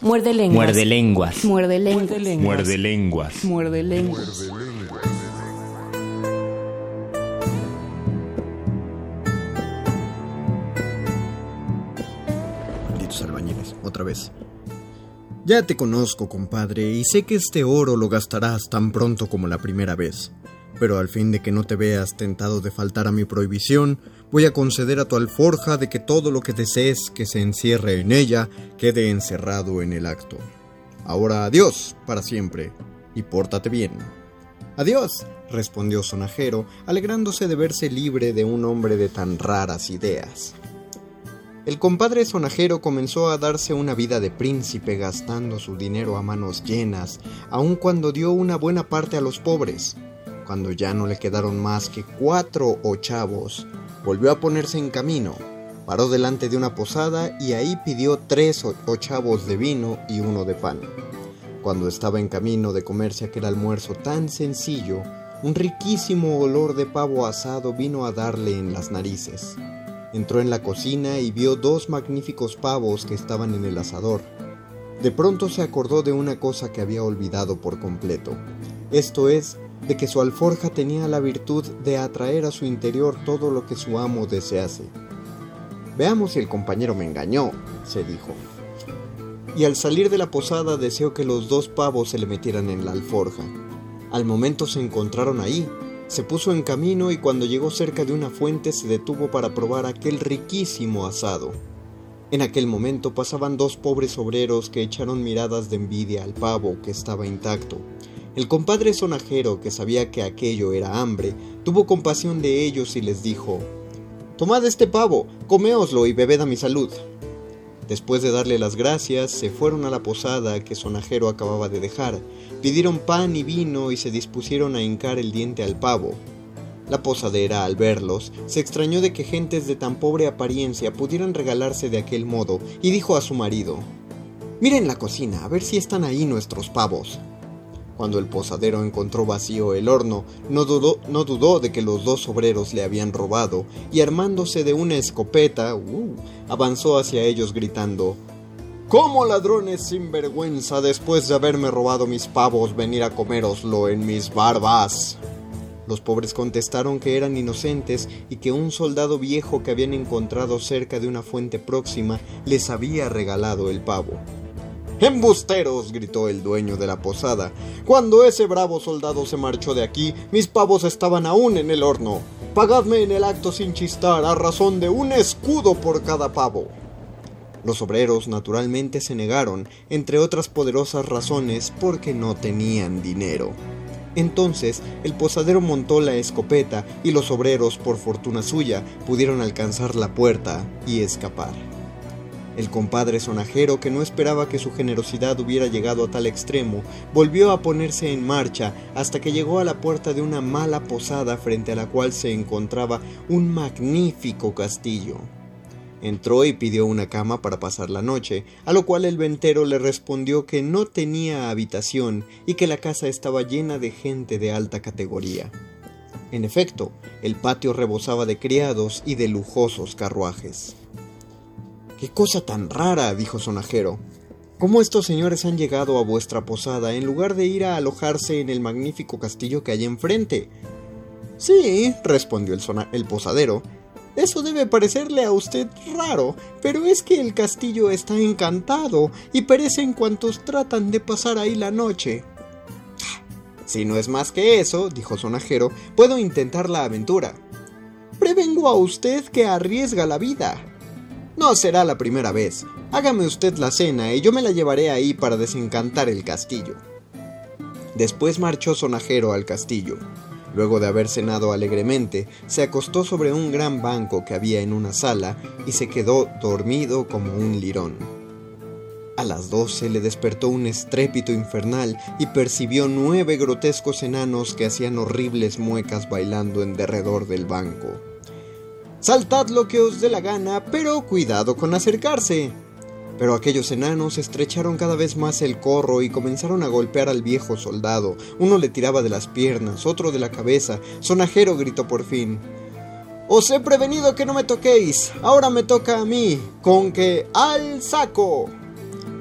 Muerde lenguas. Muerde lenguas. Muerde lenguas. Muerde lenguas. Muerde lenguas. Muerde lenguas. Malditos albañiles, otra vez. Ya te conozco, compadre, y sé que este oro lo gastarás tan pronto como la primera vez. Pero al fin de que no te veas tentado de faltar a mi prohibición, voy a conceder a tu alforja de que todo lo que desees que se encierre en ella quede encerrado en el acto. Ahora adiós, para siempre, y pórtate bien. Adiós, respondió Sonajero, alegrándose de verse libre de un hombre de tan raras ideas. El compadre Sonajero comenzó a darse una vida de príncipe gastando su dinero a manos llenas, aun cuando dio una buena parte a los pobres. Cuando ya no le quedaron más que cuatro ochavos, volvió a ponerse en camino, paró delante de una posada y ahí pidió tres ochavos de vino y uno de pan. Cuando estaba en camino de comerse aquel almuerzo tan sencillo, un riquísimo olor de pavo asado vino a darle en las narices. Entró en la cocina y vio dos magníficos pavos que estaban en el asador. De pronto se acordó de una cosa que había olvidado por completo. Esto es, de que su alforja tenía la virtud de atraer a su interior todo lo que su amo desease. Veamos si el compañero me engañó, se dijo. Y al salir de la posada deseó que los dos pavos se le metieran en la alforja. Al momento se encontraron ahí. Se puso en camino y cuando llegó cerca de una fuente se detuvo para probar aquel riquísimo asado. En aquel momento pasaban dos pobres obreros que echaron miradas de envidia al pavo que estaba intacto. El compadre Sonajero, que sabía que aquello era hambre, tuvo compasión de ellos y les dijo: «Tomad este pavo, coméoslo y bebed a mi salud». Después de darle las gracias, se fueron a la posada que Sonajero acababa de dejar, pidieron pan y vino y se dispusieron a hincar el diente al pavo. La posadera, al verlos, se extrañó de que gentes de tan pobre apariencia pudieran regalarse de aquel modo y dijo a su marido: «Miren la cocina, a ver si están ahí nuestros pavos». Cuando el posadero encontró vacío el horno, no dudó, no dudó de que los dos obreros le habían robado, y armándose de una escopeta, uh, avanzó hacia ellos gritando: «¿Cómo, ladrones sin vergüenza, después de haberme robado mis pavos, venir a coméroslo en mis barbas?» Los pobres contestaron que eran inocentes y que un soldado viejo que habían encontrado cerca de una fuente próxima les había regalado el pavo. «¡Embusteros!», gritó el dueño de la posada. «Cuando ese bravo soldado se marchó de aquí, mis pavos estaban aún en el horno. Pagadme en el acto sin chistar, a razón de un escudo por cada pavo». Los obreros naturalmente se negaron, entre otras poderosas razones, porque no tenían dinero. Entonces el posadero montó la escopeta y los obreros, por fortuna suya, pudieron alcanzar la puerta y escapar. El compadre Sonajero, que no esperaba que su generosidad hubiera llegado a tal extremo, volvió a ponerse en marcha hasta que llegó a la puerta de una mala posada frente a la cual se encontraba un magnífico castillo. Entró y pidió una cama para pasar la noche, a lo cual el ventero le respondió que no tenía habitación y que la casa estaba llena de gente de alta categoría. En efecto, el patio rebosaba de criados y de lujosos carruajes. «¡Qué cosa tan rara!», dijo Sonajero. «¿Cómo estos señores han llegado a vuestra posada en lugar de ir a alojarse en el magnífico castillo que hay enfrente?» «Sí», respondió el, sona- el posadero, «eso debe parecerle a usted raro, pero es que el castillo está encantado y perecen cuantos tratan de pasar ahí la noche». «Si no es más que eso», dijo Sonajero, «puedo intentar la aventura». «Prevengo a usted que arriesga la vida». «No será la primera vez. Hágame usted la cena y yo me la llevaré ahí para desencantar el castillo». Después marchó Sonajero al castillo. Luego de haber cenado alegremente, se acostó sobre un gran banco que había en una sala y se quedó dormido como un lirón. A las doce le despertó un estrépito infernal y percibió nueve grotescos enanos que hacían horribles muecas bailando en derredor del banco. «Saltad lo que os dé la gana, pero cuidado con acercarse». Pero aquellos enanos estrecharon cada vez más el corro y comenzaron a golpear al viejo soldado. Uno le tiraba de las piernas, otro de la cabeza. Sonajero gritó por fin: «Os he prevenido que no me toquéis, ahora me toca a mí, con que al saco».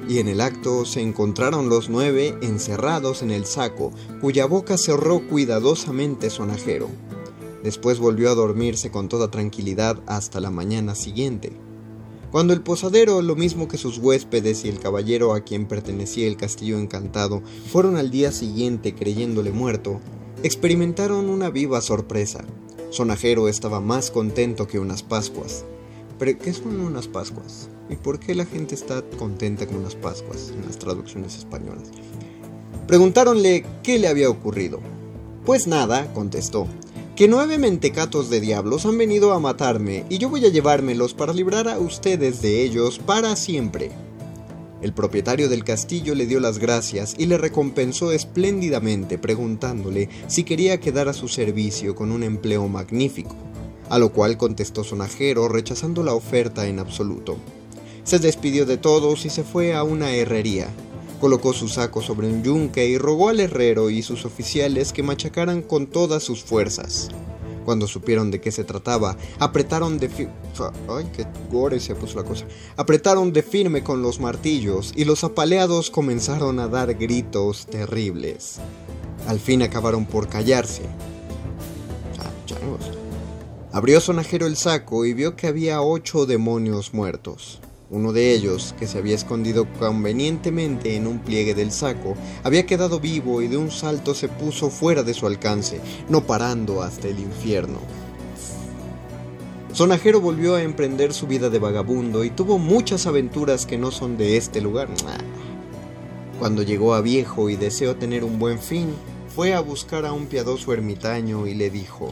y en el acto se encontraron los nueve encerrados en el saco, cuya boca cerró cuidadosamente Sonajero. Después volvió a dormirse con toda tranquilidad hasta la mañana siguiente. Cuando el posadero, lo mismo que sus huéspedes y el caballero a quien pertenecía el castillo encantado, fueron al día siguiente creyéndole muerto, experimentaron una viva sorpresa. Sonajero estaba más contento que unas Pascuas. ¿Pero qué son unas Pascuas? ¿Y por qué la gente está contenta con unas Pascuas en las traducciones españolas? Preguntáronle qué le había ocurrido. Pues nada, contestó, que nueve mentecatos de diablos han venido a matarme y yo voy a llevármelos para librar a ustedes de ellos para siempre. El propietario del castillo le dio las gracias y le recompensó espléndidamente preguntándole si quería quedar a su servicio con un empleo magnífico, a lo cual contestó Sonajero rechazando la oferta en absoluto. Se despidió de todos y se fue a una herrería. Colocó su saco sobre un yunque y rogó al herrero y sus oficiales que machacaran con todas sus fuerzas. Cuando supieron de qué se trataba, apretaron de fi- Ay, qué gore se puso la cosa. Apretaron de firme con los martillos y los apaleados comenzaron a dar gritos terribles. Al fin acabaron por callarse. Ah, changos. Abrió Sonajero el saco y vio que había ocho demonios muertos. Uno de ellos, que se había escondido convenientemente en un pliegue del saco, había quedado vivo y de un salto se puso fuera de su alcance, no parando hasta el infierno. Sonajero volvió a emprender su vida de vagabundo y tuvo muchas aventuras que no son de este lugar. Cuando llegó a viejo y deseó tener un buen fin, fue a buscar a un piadoso ermitaño y le dijo: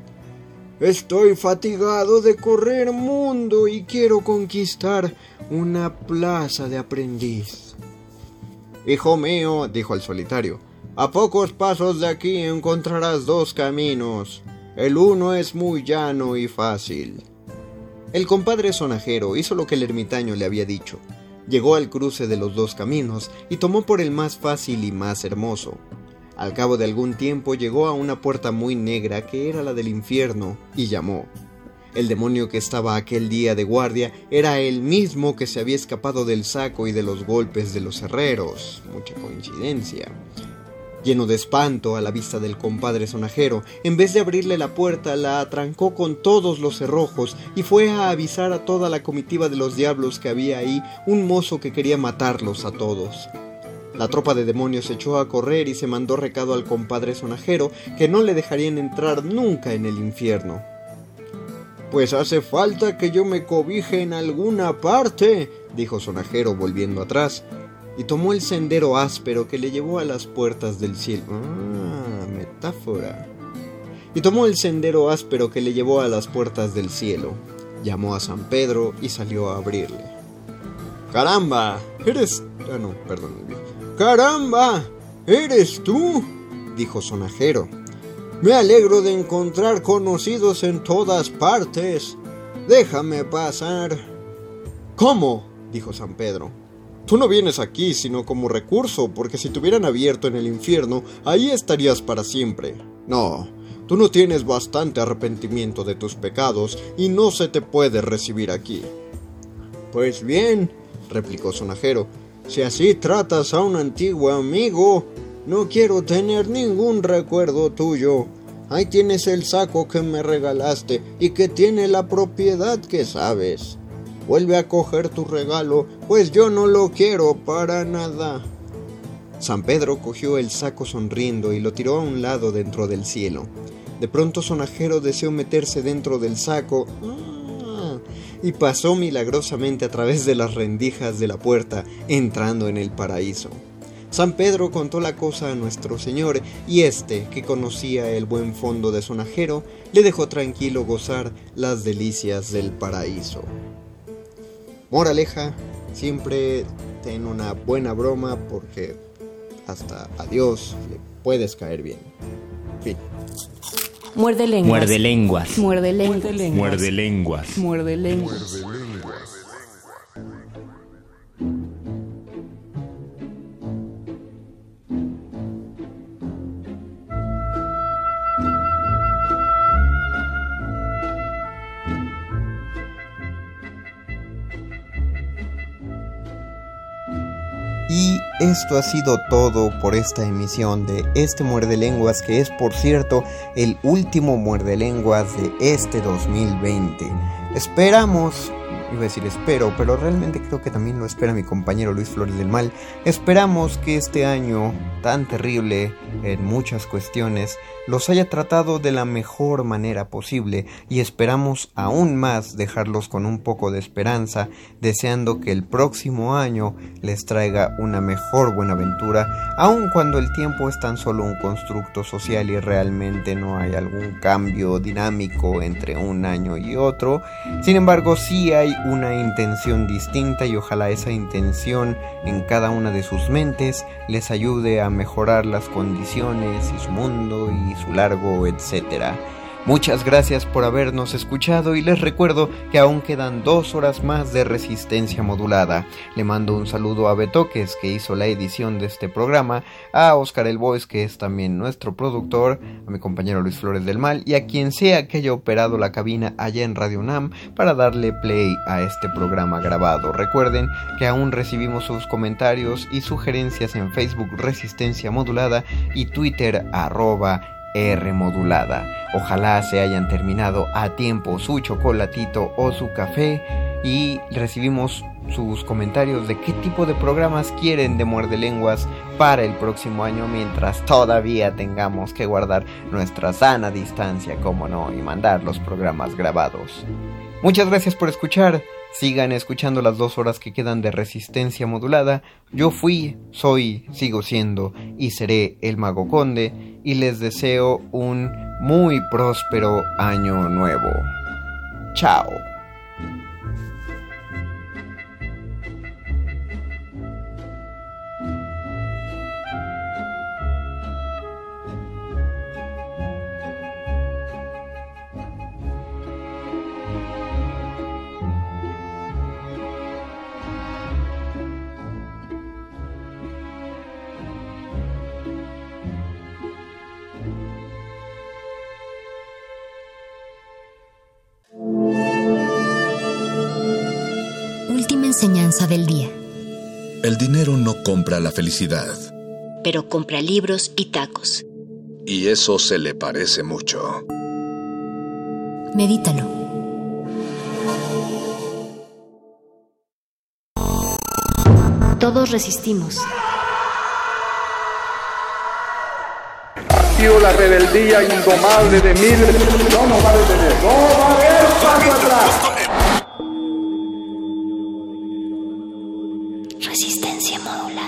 Estoy fatigado de correr mundo y quiero conquistar una plaza de aprendiz. Hijo mío, dijo el solitario, a pocos pasos de aquí encontrarás dos caminos. El uno es muy llano y fácil. El compadre Sonajero hizo lo que el ermitaño le había dicho. Llegó al cruce de los dos caminos y tomó por el más fácil y más hermoso. Al cabo de algún tiempo llegó a una puerta muy negra que era la del infierno y llamó. El demonio que estaba aquel día de guardia era el mismo que se había escapado del saco y de los golpes de los herreros. Mucha coincidencia. Lleno de espanto a la vista del compadre Sonajero, en vez de abrirle la puerta, la atrancó con todos los cerrojos y fue a avisar a toda la comitiva de los diablos que había ahí un mozo que quería matarlos a todos. La tropa de demonios se echó a correr y se mandó recado al compadre Sonajero que no le dejarían entrar nunca en el infierno. «Pues hace falta que yo me cobije en alguna parte», dijo Sonajero volviendo atrás, y tomó el sendero áspero que le llevó a las puertas del cielo. Ah, metáfora. Y tomó el sendero áspero que le llevó a las puertas del cielo. Llamó a San Pedro y salió a abrirle. «¡Caramba! ¿Eres...? Ah, no, perdón, el viejo. «¡Caramba! ¿Eres tú?», dijo Sonajero. «Me alegro de encontrar conocidos en todas partes. Déjame pasar». «¿Cómo?», dijo San Pedro. «Tú no vienes aquí sino como recurso, porque si te hubieran abierto en el infierno, ahí estarías para siempre. No, tú no tienes bastante arrepentimiento de tus pecados y no se te puede recibir aquí». «Pues bien», replicó Sonajero, «si así tratas a un antiguo amigo, no quiero tener ningún recuerdo tuyo. Ahí tienes el saco que me regalaste y que tiene la propiedad que sabes. Vuelve a coger tu regalo, pues yo no lo quiero para nada». San Pedro cogió el saco sonriendo y lo tiró a un lado dentro del cielo. De pronto Sonajero deseó meterse dentro del saco ¡ah! y pasó milagrosamente a través de las rendijas de la puerta, entrando en el paraíso. San Pedro contó la cosa a nuestro Señor, y éste, que conocía el buen fondo de Sonajero, le dejó tranquilo gozar las delicias del paraíso. Moraleja, siempre ten una buena broma porque hasta a Dios le puedes caer bien. Fin. Muerde lenguas. Muerde lenguas. Muerde lenguas. Muerde lenguas. Muerde lenguas. Muerde lenguas. esto ha sido todo por esta emisión de este Muerde Lenguas, que es, por cierto, el último Muerde Lenguas de este dos mil veinte. Esperamos, iba a decir espero, pero realmente creo que también lo espera mi compañero Luis Flores del Mal. Esperamos que este año tan terrible en muchas cuestiones los haya tratado de la mejor manera posible, y esperamos aún más dejarlos con un poco de esperanza, deseando que el próximo año les traiga una mejor buenaventura, aun cuando el tiempo es tan solo un constructo social y realmente no hay algún cambio dinámico entre un año y otro. Sin embargo, sí hay una intención distinta, y ojalá esa intención en cada una de sus mentes les ayude a mejorar las condiciones y su mundo y su largo, etcétera. Muchas gracias por habernos escuchado, y les recuerdo que aún quedan dos horas más de Resistencia Modulada. Le mando un saludo a Betoques, que hizo la edición de este programa, a Oscar El Boys, que es también nuestro productor, a mi compañero Luis Flores del Mal, y a quien sea que haya operado la cabina allá en Radio UNAM para darle play a este programa grabado. Recuerden que aún recibimos sus comentarios y sugerencias en Facebook Resistencia Modulada y Twitter arroba R modulada. Ojalá se hayan terminado a tiempo su chocolatito o su café, y recibimos sus comentarios de qué tipo de programas quieren de Muerde Lenguas para el próximo año, mientras todavía tengamos que guardar nuestra sana distancia, como no, y mandar los programas grabados. Muchas gracias por escuchar. Sigan escuchando las dos horas que quedan de Resistencia Modulada. Yo fui, soy, sigo siendo y seré el Mago Conde, y les deseo un muy próspero año nuevo. Chao. Enseñanza del día. El dinero no compra la felicidad, pero compra libros y tacos. y eso se le parece mucho. Medítalo. Todos resistimos. Ha sido la rebeldía indomable de miles. No nos va a detener. No va a haber paso atrás. Resistencia modulada.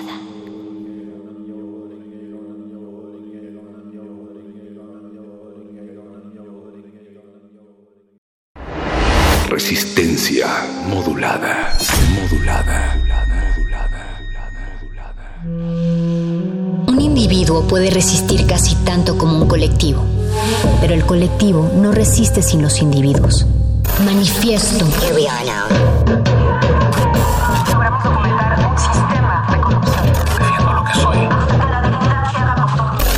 Resistencia modulada, modulada, modulada, modulada. Un individuo puede resistir casi tanto como un colectivo, pero el colectivo no resiste sin los individuos. Manifiesto. Here we are now. Logramos documentar un sistema de corrupción. Creyendo lo que soy. La dignidad cierra por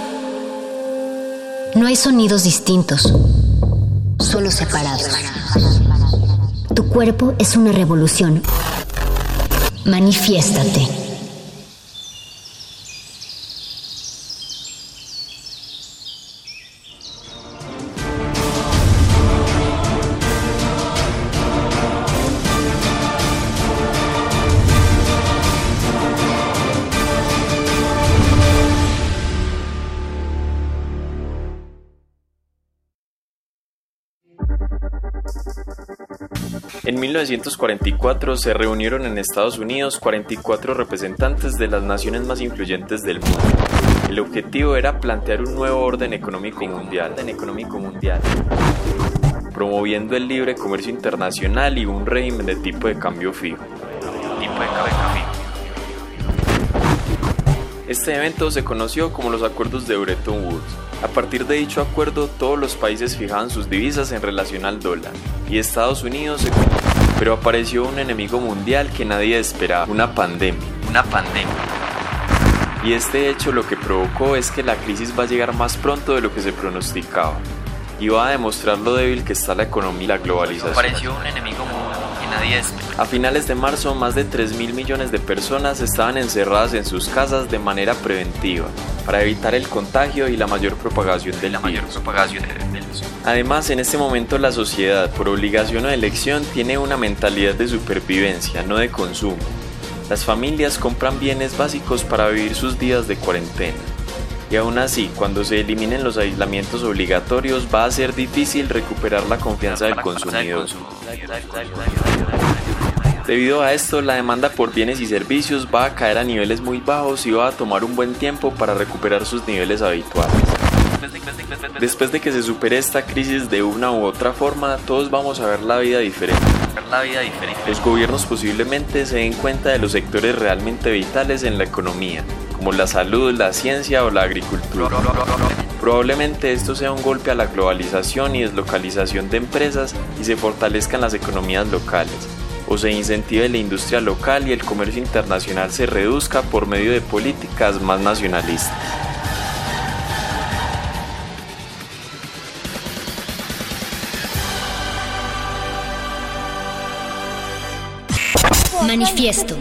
todo. No hay sonidos distintos, solo separados. Tu cuerpo es una revolución. Manifiéstate. En mil novecientos cuarenta y cuatro se reunieron en Estados Unidos cuarenta y cuatro representantes de las naciones más influyentes del mundo. El objetivo era plantear un nuevo orden económico mundial, orden económico mundial, promoviendo el libre comercio internacional y un régimen de tipo de cambio fijo. Tipo de cambio fijo. Este evento se conoció como los Acuerdos de Bretton Woods. A partir de dicho acuerdo, todos los países fijaban sus divisas en relación al dólar, y Estados Unidos se... Pero apareció un enemigo mundial que nadie esperaba, una pandemia, una pandemia. Y este hecho lo que provocó es que la crisis va a llegar más pronto de lo que se pronosticaba, y va a demostrar lo débil que está la economía y la globalización. Apareció un enemigo mundial que nadie esperaba. A finales de marzo, más de tres mil millones de personas estaban encerradas en sus casas de manera preventiva, para evitar el contagio y la mayor propagación del virus. Además, en este momento la sociedad, por obligación o elección, tiene una mentalidad de supervivencia, no de consumo. Las familias compran bienes básicos para vivir sus días de cuarentena. Y aún así, cuando se eliminen los aislamientos obligatorios, va a ser difícil recuperar la confianza del consumidor. Debido a esto, la demanda por bienes y servicios va a caer a niveles muy bajos y va a tomar un buen tiempo para recuperar sus niveles habituales. Después de que se supere esta crisis de una u otra forma, todos vamos a ver la vida diferente. Los gobiernos posiblemente se den cuenta de los sectores realmente vitales en la economía, como la salud, la ciencia o la agricultura. Probablemente esto sea un golpe a la globalización y deslocalización de empresas y se fortalezcan las economías locales, o se incentive la industria local y el comercio internacional se reduzca por medio de políticas más nacionalistas. Manifiesto.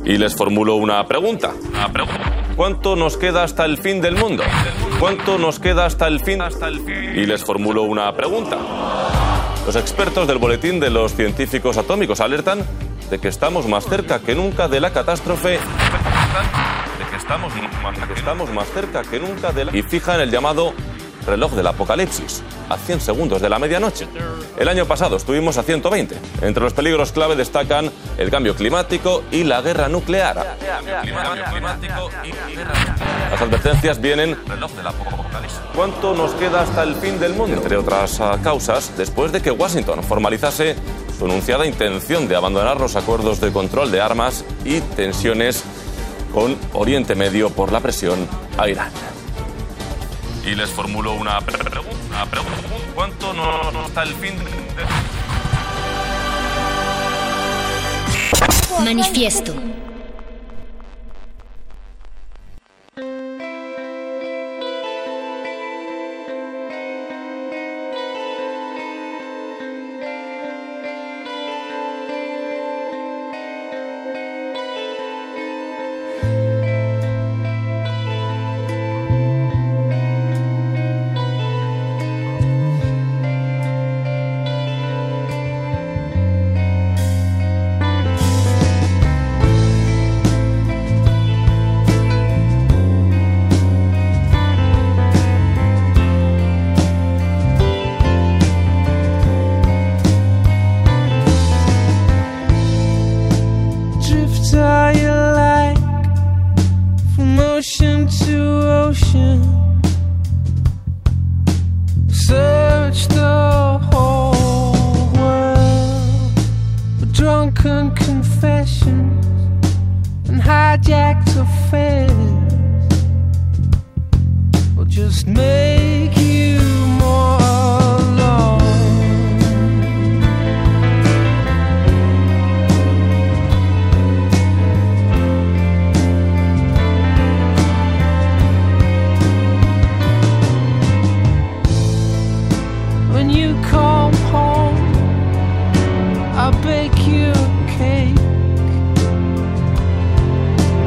Y les formulo una pregunta. ¿Cuánto nos queda hasta el fin del mundo? ¿Cuánto nos queda hasta el fin? Y les formulo una pregunta. Los expertos del Boletín de los Científicos Atómicos alertan de que estamos más cerca que nunca de la catástrofe. De que estamos, de que estamos más cerca que nunca de la... Y fijan el llamado reloj del apocalipsis, a cien segundos de la medianoche. El año pasado estuvimos a ciento veinte. Entre los peligros clave destacan el cambio climático y la guerra nuclear. Las advertencias vienen... Reloj del apocalipsis. ¿Cuánto nos queda hasta el fin del mundo? Entre otras uh, causas, después de que Washington formalizase su anunciada intención de abandonar los acuerdos de control de armas y tensiones con Oriente Medio por la presión a Irán. Y les formulo una pregunta. ¿Cuánto no, no está el fin de... Manifiesto.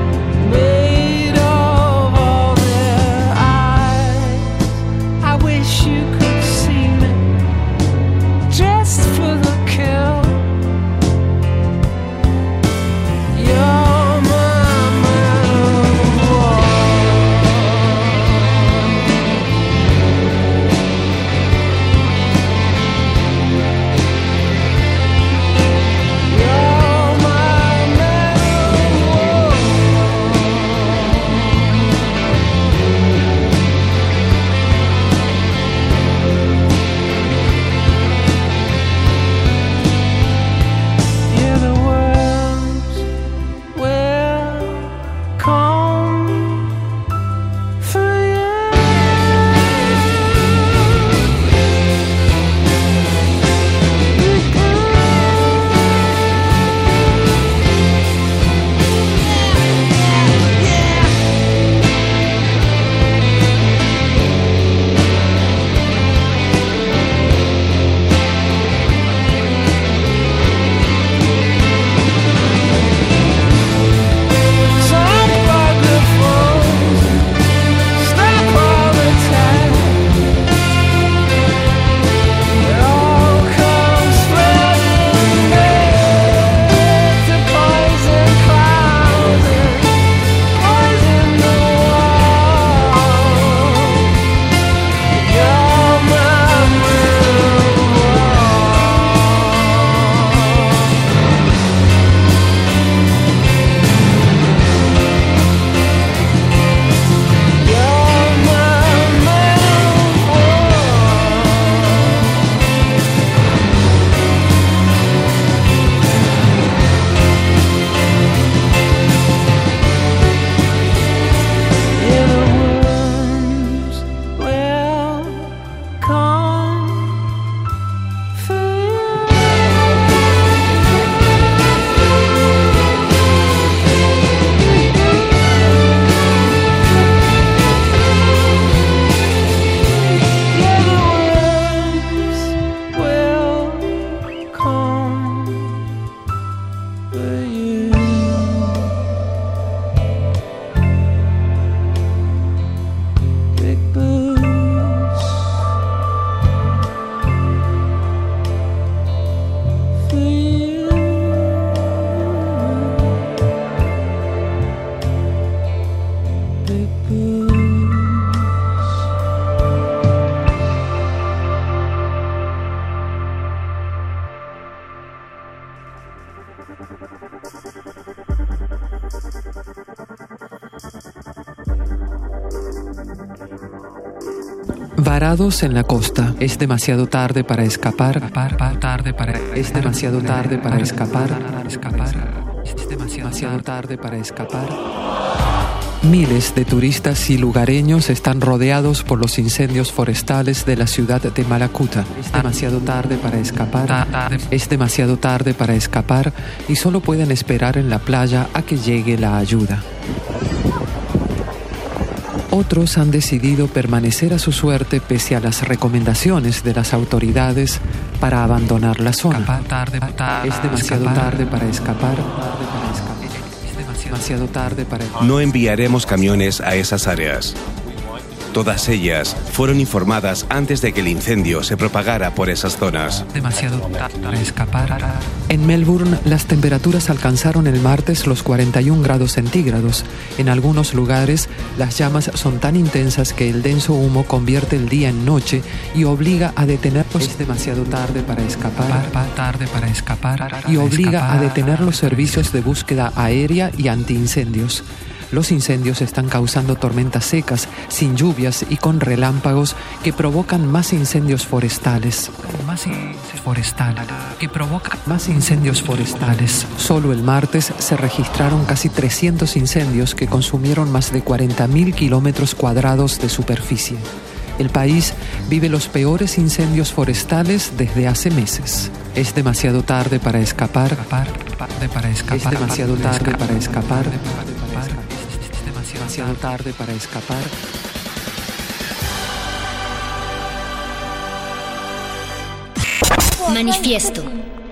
Wish Varados en la costa. Es demasiado tarde para escapar. Tarde para. Es demasiado tarde para escapar. Escapar. Es demasiado tarde para escapar. Miles de turistas y lugareños están rodeados por los incendios forestales de la ciudad de Malakuta. Es demasiado tarde para escapar. Es demasiado tarde para escapar y solo pueden esperar en la playa a que llegue la ayuda. Otros han decidido permanecer a su suerte pese a las recomendaciones de las autoridades para abandonar la zona. Es demasiado tarde para escapar. Es demasiado tarde para... No enviaremos camiones a esas áreas. Todas ellas fueron informadas antes de que el incendio se propagara por esas zonas. Demasiado tarde para escapar. En Melbourne, las temperaturas alcanzaron el martes los cuarenta y un grados centígrados. En algunos lugares, las llamas son tan intensas que el denso humo convierte el día en noche y obliga a detenerlos. Es demasiado tarde para escapar. Tarde para escapar. Y obliga a detener los servicios de búsqueda aérea y antiincendios. Los incendios están causando tormentas secas, sin lluvias y con relámpagos que provocan más incendios forestales. Más incendios forestales. Que provocan más incendios forestales. Solo el martes se registraron casi trescientos incendios que consumieron más de cuarenta mil kilómetros cuadrados de superficie. El país vive los peores incendios forestales desde hace meses. Es demasiado tarde para escapar. Para escapar. Es demasiado tarde para escapar. Es demasiado tarde para escapar. Manifiesto.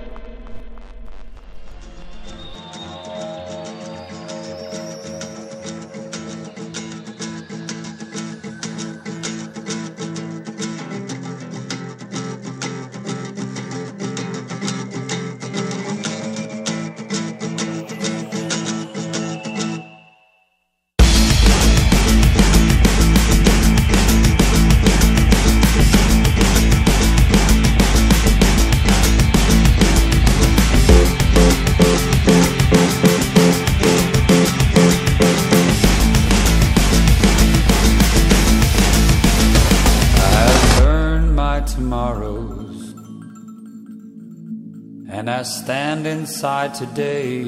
And I stand inside today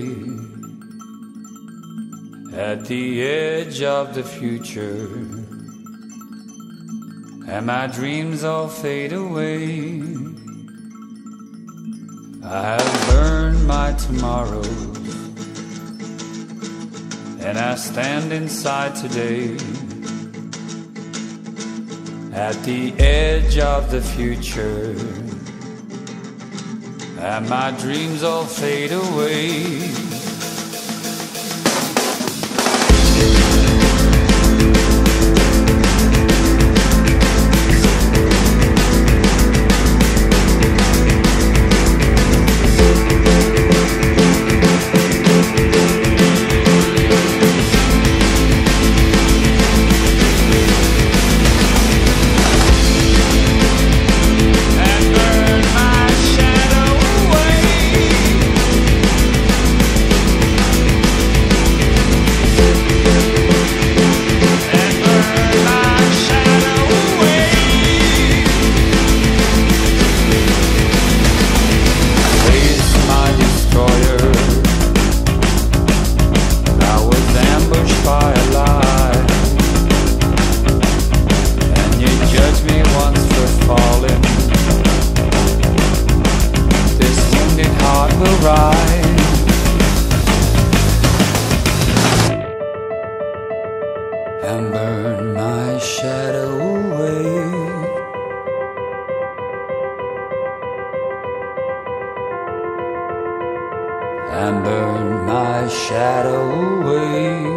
at the edge of the future, and my dreams all fade away. I have burned my tomorrows, and I stand inside today at the edge of the future, and my dreams all fade away. And burn my shadow away.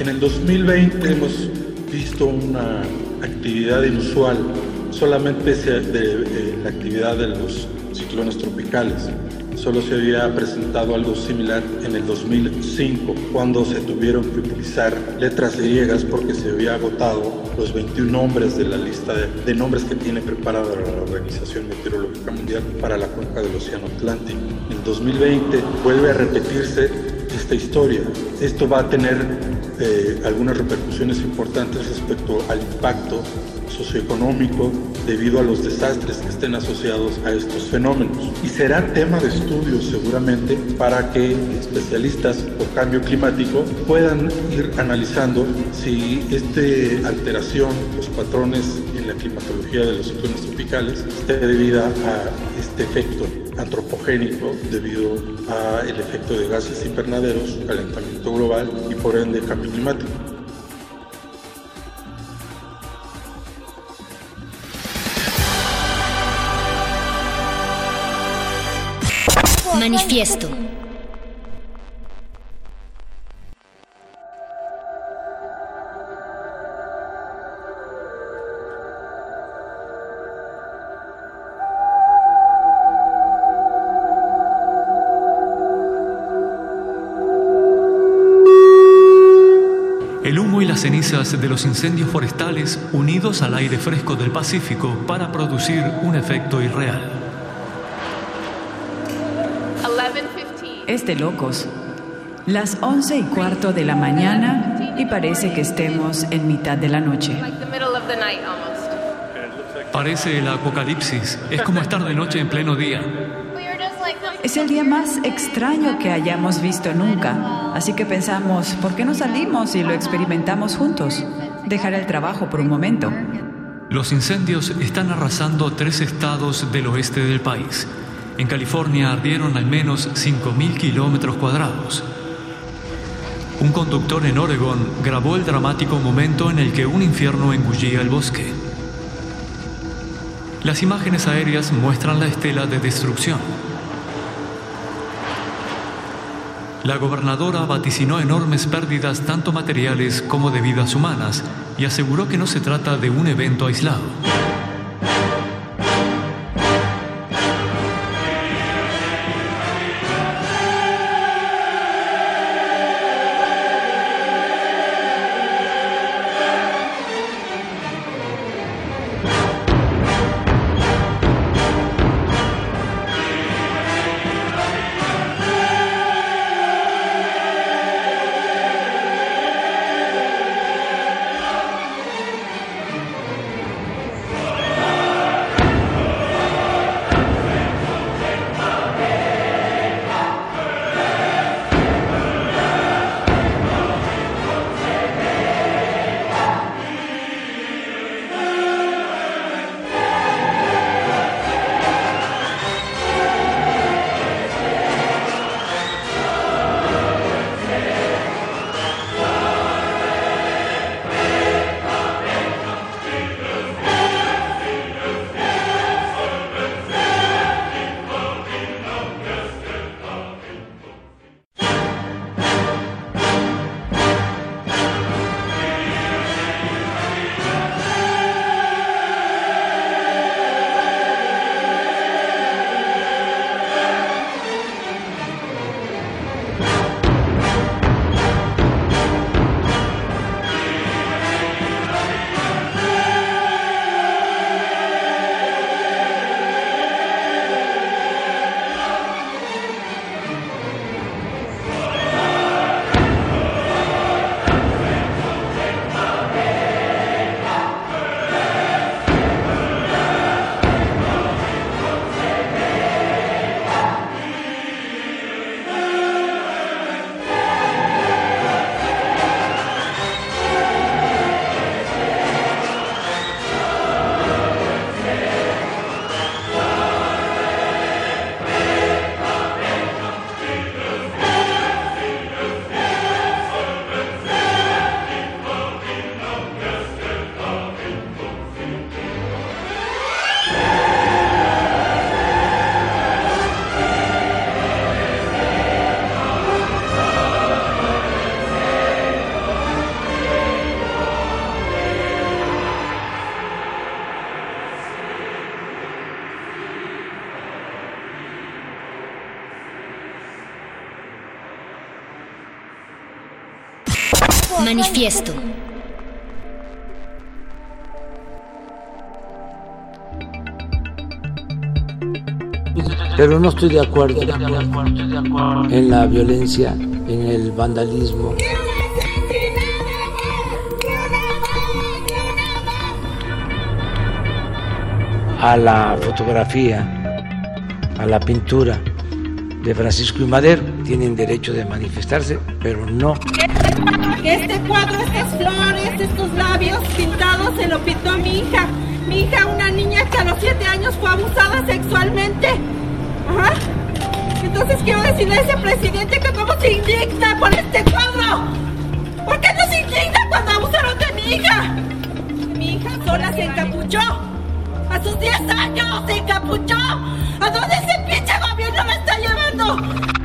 En el dos mil veinte hemos visto una actividad inusual, solamente de, de la actividad de los ciclones tropicales. Solo se había presentado algo similar en el dos mil cinco, cuando se tuvieron que utilizar letras griegas porque se había agotado los veintiún nombres de la lista de, de nombres que tiene preparada la Organización Meteorológica Mundial para la cuenca del Océano Atlántico. En el dos mil veinte vuelve a repetirse esta historia. Esto va a tener eh, algunas repercusiones importantes respecto al impacto socioeconómico debido a los desastres que estén asociados a estos fenómenos. Y será tema de estudio seguramente para que especialistas por cambio climático puedan ir analizando si esta alteración, los patrones en la climatología de los ciclones tropicales, esté debida a este efecto antropogénico debido al efecto de gases invernaderos, calentamiento global y por ende cambio climático. Manifiesto. El humo y las cenizas de los incendios forestales unidos al aire fresco del Pacífico para producir un efecto irreal. Es de locos. Las once y cuarto de la mañana y parece que estemos en mitad de la noche. Parece el apocalipsis. Es como estar de noche en pleno día. Es el día más extraño que hayamos visto nunca. Así que pensamos, ¿por qué no salimos y lo experimentamos juntos? Dejar el trabajo por un momento. Los incendios están arrasando tres estados del oeste del país. En California ardieron al menos cinco mil kilómetros cuadrados. Un conductor en Oregón grabó el dramático momento en el que un infierno engullía el bosque. Las imágenes aéreas muestran la estela de destrucción. La gobernadora vaticinó enormes pérdidas tanto materiales como de vidas humanas y aseguró que no se trata de un evento aislado. Manifiesto. Pero no estoy de acuerdo en la violencia, en el vandalismo. A la fotografía, a la pintura de Francisco I. Madero, tienen derecho de manifestarse, pero no. Este cuadro, estas flores, estos labios pintados se lo pintó mi hija. Mi hija, una niña que a los siete años fue abusada sexualmente. Ajá. Entonces quiero decirle a ese presidente que cómo se indigna por este cuadro. ¿Por qué no se indigna cuando abusaron de mi hija? Mi hija sola se encapuchó. A sus diez años se encapuchó. ¿A dónde ese pinche gobierno me está llevando?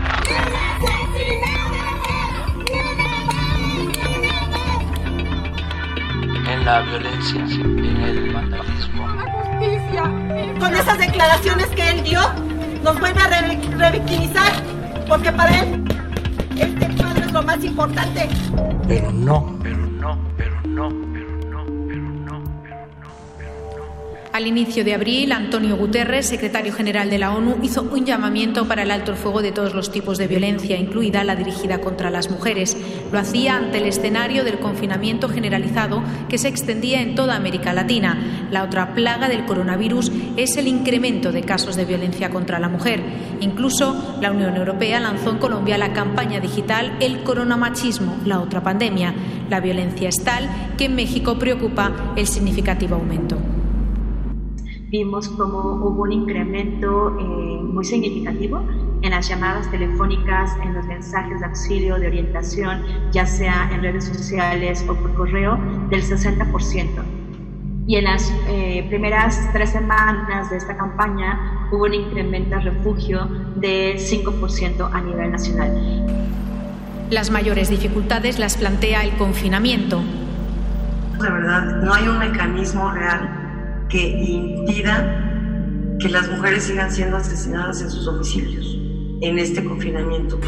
En la violencia, en el vandalismo. La justicia. Con esas declaraciones que él dio, nos vuelve a re revictimizar, porque para él este cuadro es lo más importante. Pero no, pero no, pero no, pero no, pero no, pero no. Al inicio de abril, Antonio Guterres, secretario general de la ONU, hizo un llamamiento para el alto el fuego de todos los tipos de violencia, incluida la dirigida contra las mujeres. Lo hacía ante el escenario del confinamiento generalizado que se extendía en toda América Latina. La otra plaga del coronavirus es el incremento de casos de violencia contra la mujer. Incluso la Unión Europea lanzó en Colombia la campaña digital El coronamachismo, la otra pandemia. La violencia es tal que en México preocupa el significativo aumento. Vimos como hubo un incremento eh, muy significativo en las llamadas telefónicas, en los mensajes de auxilio, de orientación, ya sea en redes sociales o por correo, del sesenta por ciento. Y en las eh, primeras tres semanas de esta campaña hubo un incremento de refugio del cinco por ciento a nivel nacional. Las mayores dificultades las plantea el confinamiento. De verdad, no hay un mecanismo real que impida que las mujeres sigan siendo asesinadas en sus domicilios en este confinamiento.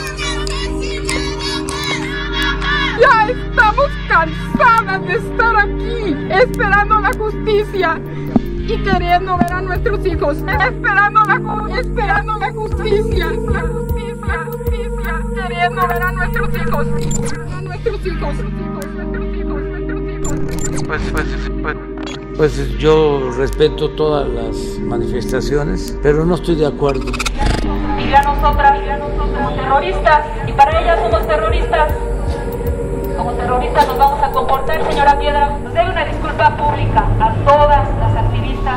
Ya estamos cansadas de estar aquí, esperando la justicia y queriendo ver a nuestros hijos, esperando la, esperando la justicia, la justicia, justicia, queriendo ver a nuestros hijos, a nuestros hijos, nuestros hijos, nuestros hijos. Pues, pues, pues. Pues yo respeto todas las manifestaciones, pero no estoy de acuerdo. Y a nosotras, como terroristas, y para ellas somos terroristas. Como terroristas nos vamos a comportar, señora Piedra. Nos debe una disculpa pública a todas las activistas.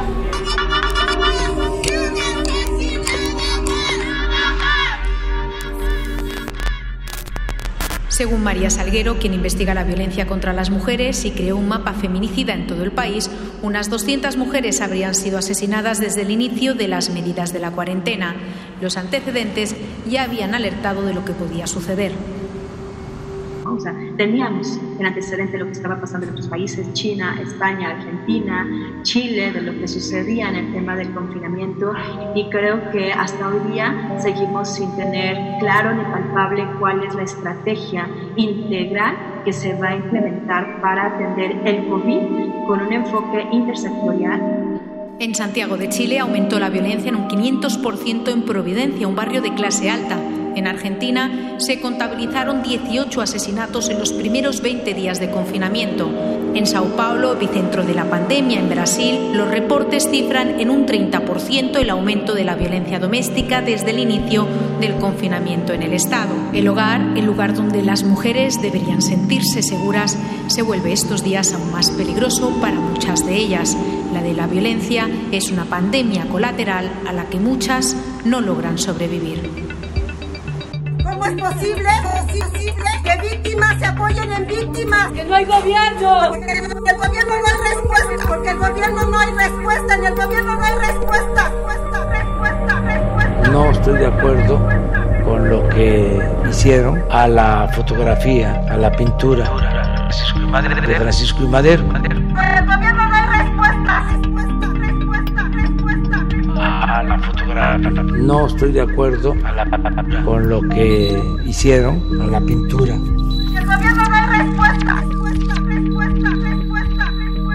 Según María Salguero, quien investiga la violencia contra las mujeres y creó un mapa feminicida en todo el país, unas doscientas mujeres habrían sido asesinadas desde el inicio de las medidas de la cuarentena. Los antecedentes ya habían alertado de lo que podía suceder. O sea, teníamos el antecedente de lo que estaba pasando en otros países, China, España, Argentina, Chile, de lo que sucedía en el tema del confinamiento, y creo que hasta hoy día seguimos sin tener claro ni palpable cuál es la estrategia integral que se va a implementar para atender el COVID con un enfoque intersectorial. En Santiago de Chile aumentó la violencia en un quinientos por ciento en Providencia, un barrio de clase alta. En Argentina se contabilizaron dieciocho asesinatos en los primeros veinte días de confinamiento. En Sao Paulo, epicentro de la pandemia, en Brasil, los reportes cifran en un treinta por ciento el aumento de la violencia doméstica desde el inicio del confinamiento en el Estado. El hogar, el lugar donde las mujeres deberían sentirse seguras, se vuelve estos días aún más peligroso para muchas de ellas. La de la violencia es una pandemia colateral a la que muchas no logran sobrevivir. ¿Cómo es posible, es posible que víctimas se apoyen en víctimas? ¡Que no hay gobierno! Porque el gobierno no hay respuesta, porque el gobierno no hay respuesta, en el gobierno no hay respuesta. Respuesta, respuesta, respuesta. No estoy de acuerdo con lo que hicieron a la fotografía, a la pintura de Francisco I. Madero. El gobierno no hay respuesta. Respuesta, respuesta, respuesta. A la fotografía. No estoy de acuerdo con lo que hicieron a la pintura. El gobierno no hay respuesta. respuesta, respuesta, respuesta, respuesta,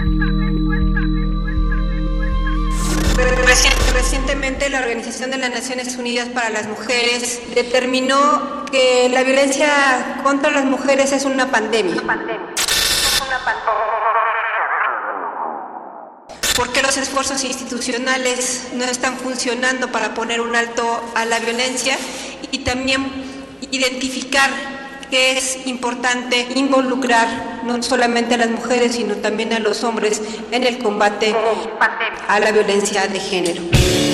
respuesta, respuesta. Recientemente la Organización de las Naciones Unidas para las Mujeres determinó que la violencia contra las mujeres es una pandemia. Una pandemia. Es una pandemia. ¿Por qué los esfuerzos institucionales no están funcionando para poner un alto a la violencia? Y también identificar que es importante involucrar no solamente a las mujeres, sino también a los hombres en el combate a la violencia de género.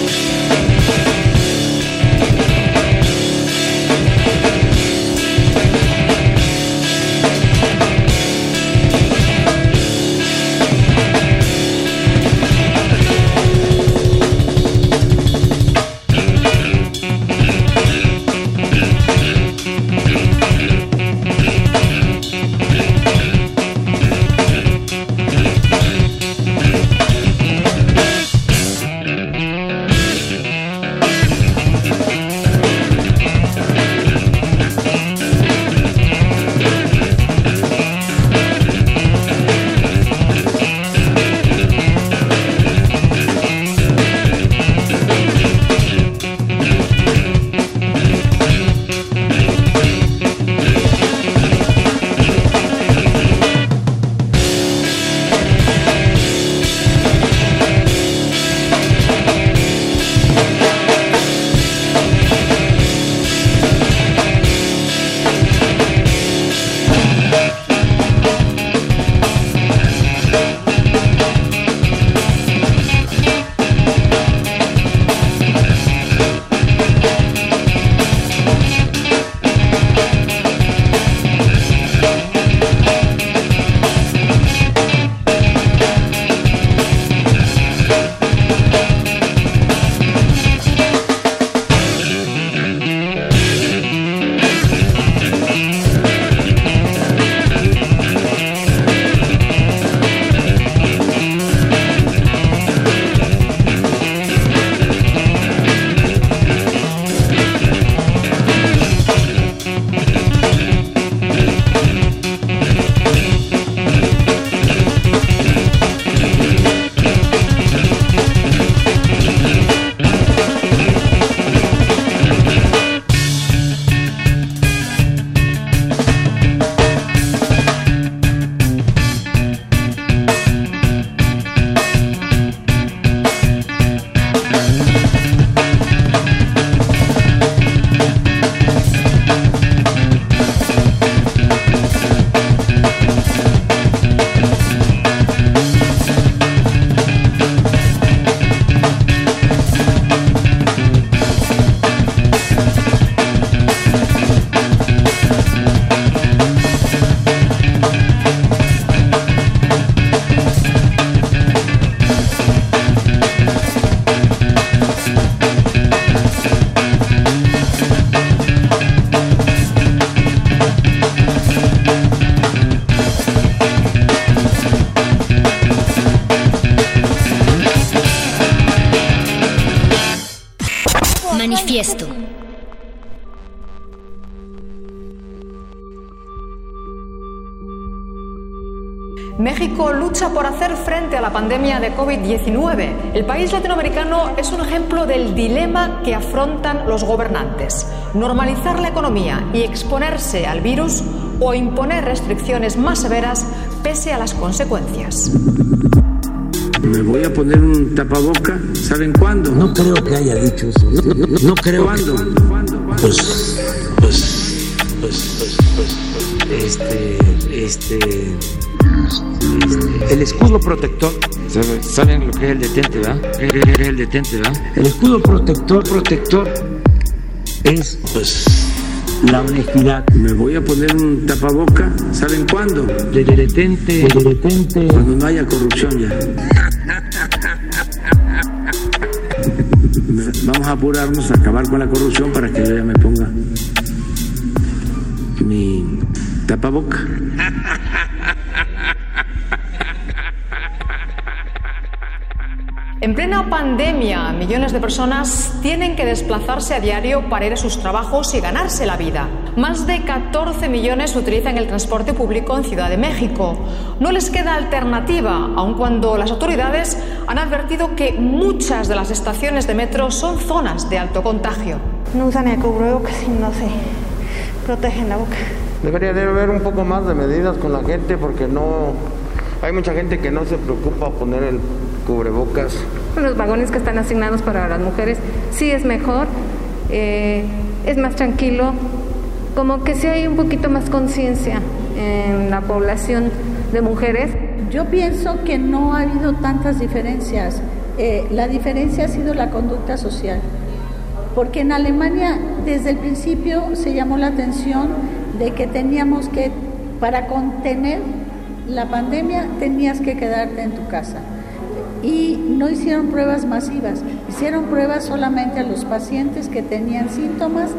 Manifiesto. México lucha por hacer frente a la pandemia de COVID diecinueve. El país latinoamericano es un ejemplo del dilema que afrontan los gobernantes: normalizar la economía y exponerse al virus, o imponer restricciones más severas pese a las consecuencias. Me voy a poner un tapaboca, ¿saben cuándo? No creo que haya dicho eso. No, no, no creo. ¿Cuándo? Que... Pues, pues, pues, pues, pues, pues, este, este, este, el escudo protector. ¿Saben lo que es el detente, verdad? ¿Qué es el detente, verdad? El escudo protector, protector es, pues, la honestidad. Me voy a poner un tapaboca, ¿saben cuándo? De detente, de detente. Cuando no haya corrupción ya. Vamos a apurarnos a acabar con la corrupción para que yo ya me ponga mi tapaboca. En plena plena pandemia, millones de personas tienen que desplazarse a diario para ir a sus trabajos y ganarse la vida. Más de catorce millones utilizan el transporte público en Ciudad de México. No les queda alternativa, aun cuando las autoridades han advertido que muchas de las estaciones de metro son zonas de alto contagio. No usan ni cubrebocas y no se protegen la boca. Debería de haber un poco más de medidas con la gente porque no hay mucha gente que no se preocupa poner el cubrebocas. Los vagones que están asignados para las mujeres sí es mejor, eh, es más tranquilo, como que sí hay un poquito más conciencia en la población de mujeres. Yo pienso que no ha habido tantas diferencias. Eh, la diferencia ha sido la conducta social, porque en Alemania desde el principio se llamó la atención de que teníamos que, para contener la pandemia, tenías que quedarte en tu casa. Y no hicieron pruebas masivas, hicieron pruebas solamente a los pacientes que tenían síntomas.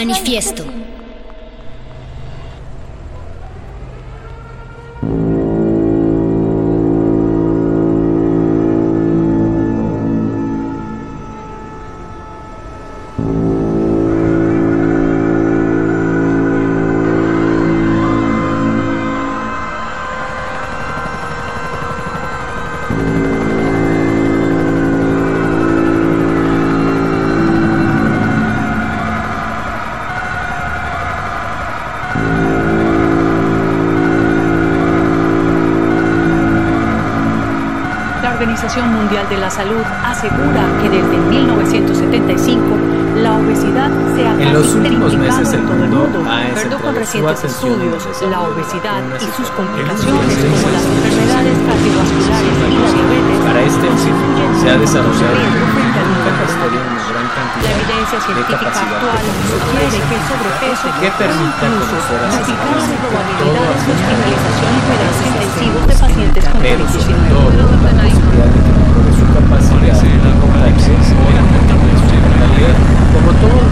Manifiesto. La Organización Mundial de la Salud asegura que desde mil novecientos setenta y cinco la obesidad se ha en los últimos meses el en todo el mundo mundo. ha De acuerdo con centrado su recientes atención en estudios, el la desarrollo obesidad de y sus una complicaciones situación como las enfermedades cardiovasculares y la diabetes para este científico se ha desarrollado frente al nunca en la mundo. historia una gran La cantidad evidencia de científica capacidad actual sugiere que el sobrepeso que permita conocer a duplicar las todo probabilidades de aspecto hospitalización y cuidados intensivos de pacientes con pero COVID sobre diecinueve. todo la posibilidad de que mejore su capacidad de adaptarse o de su realidad. Como todo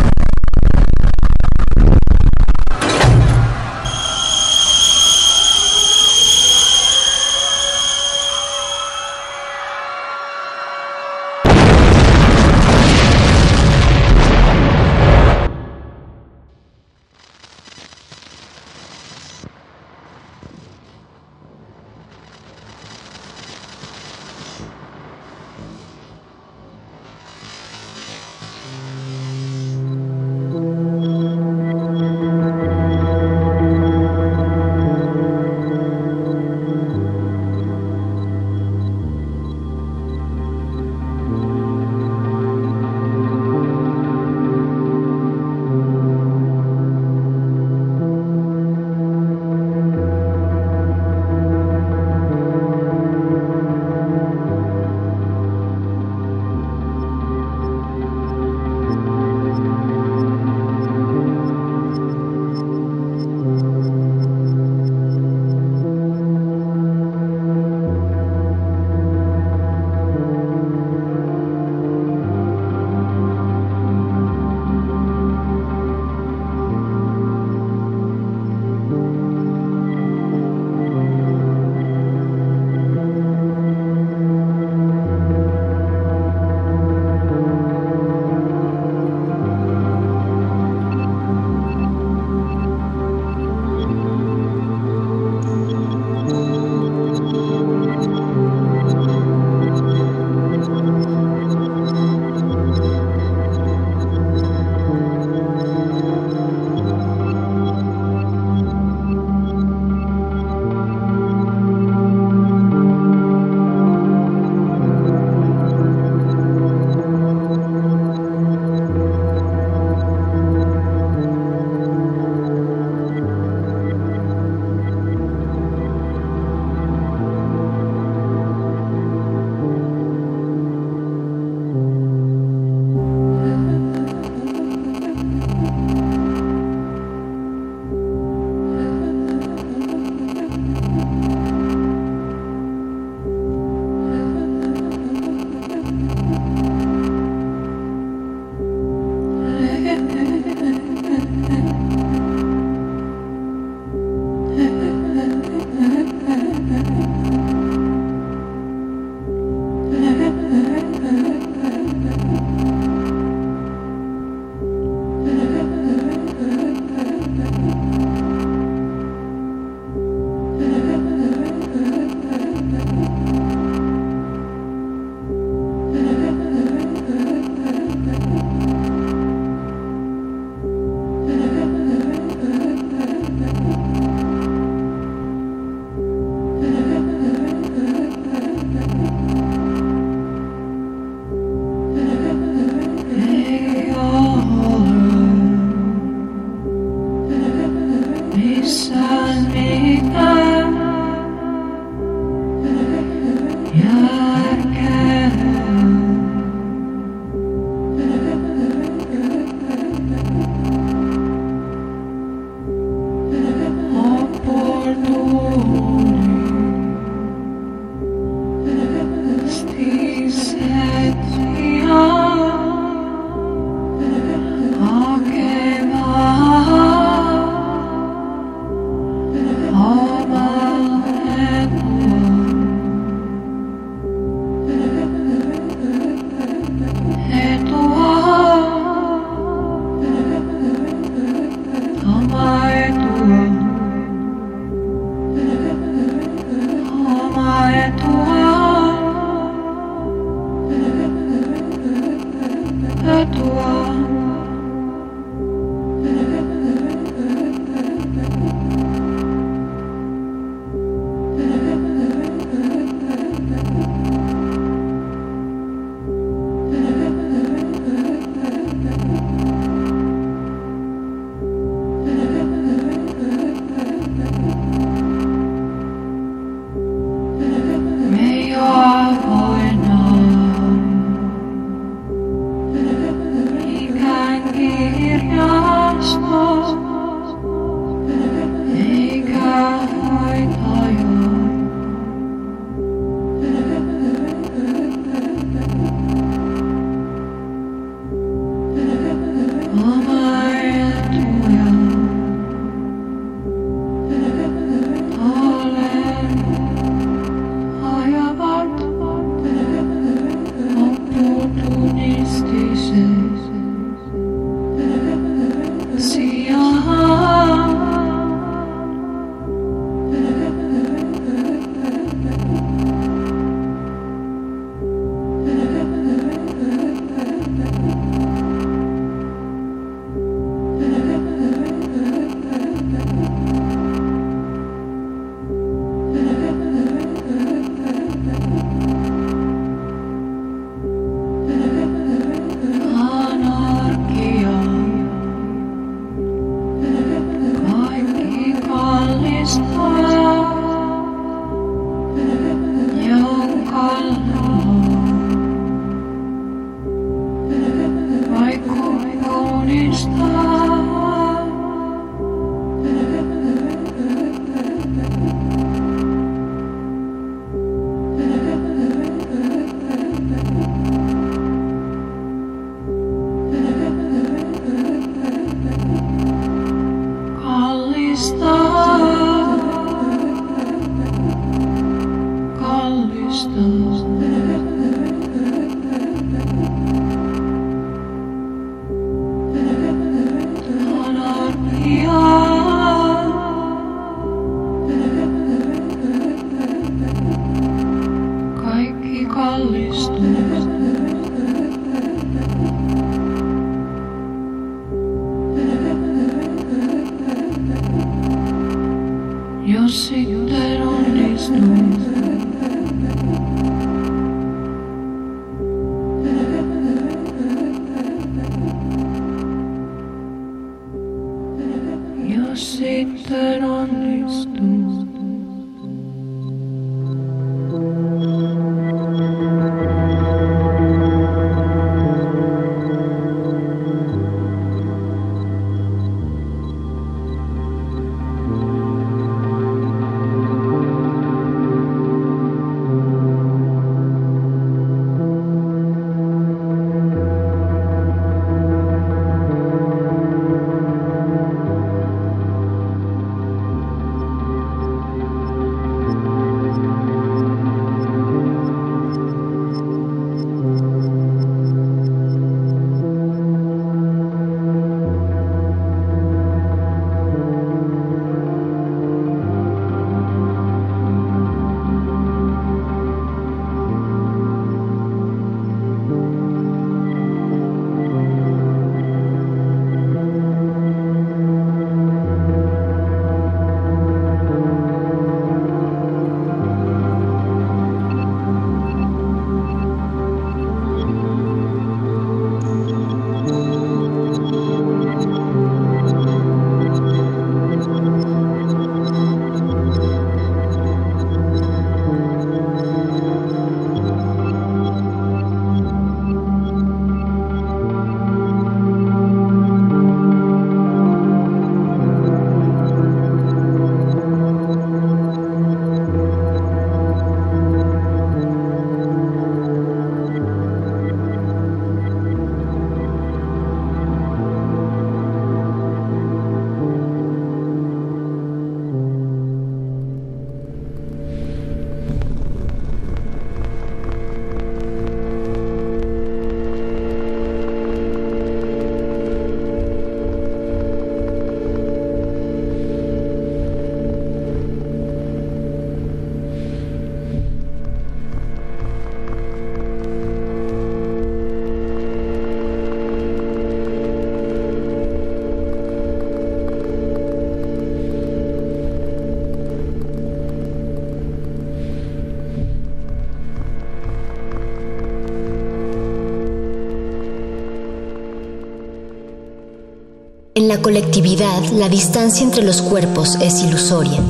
En la colectividad, la distancia entre los cuerpos es ilusoria.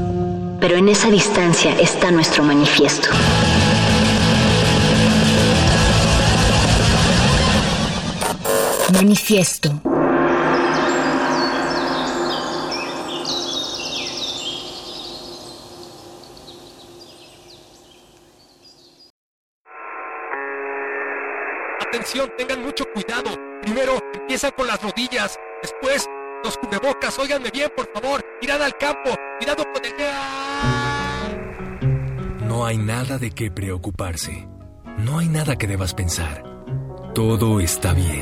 Pero en esa distancia está nuestro manifiesto. Manifiesto. Atención, tengan mucho cuidado. Primero empiezan con las rodillas, después los cubrebocas. Óiganme bien, por favor. Mirad al campo, cuidado con el... No hay nada de qué preocuparse. No hay nada que debas pensar. Todo está bien.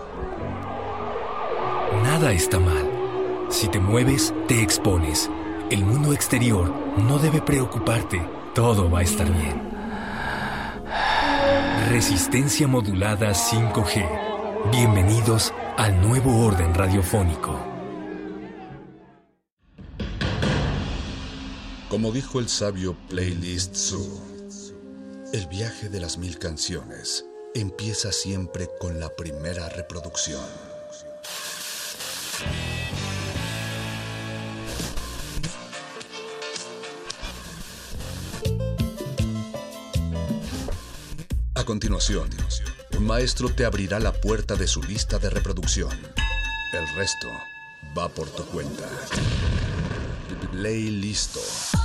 Nada está mal. Si te mueves, te expones. El mundo exterior no debe preocuparte. Todo va a estar bien. Resistencia modulada cinco G. Bienvenidos al nuevo orden radiofónico. Como dijo el sabio Playlist Zoo, el viaje de las mil canciones empieza siempre con la primera reproducción. continuación, un maestro te abrirá la puerta de su lista de reproducción. El resto va por tu cuenta. Play listo.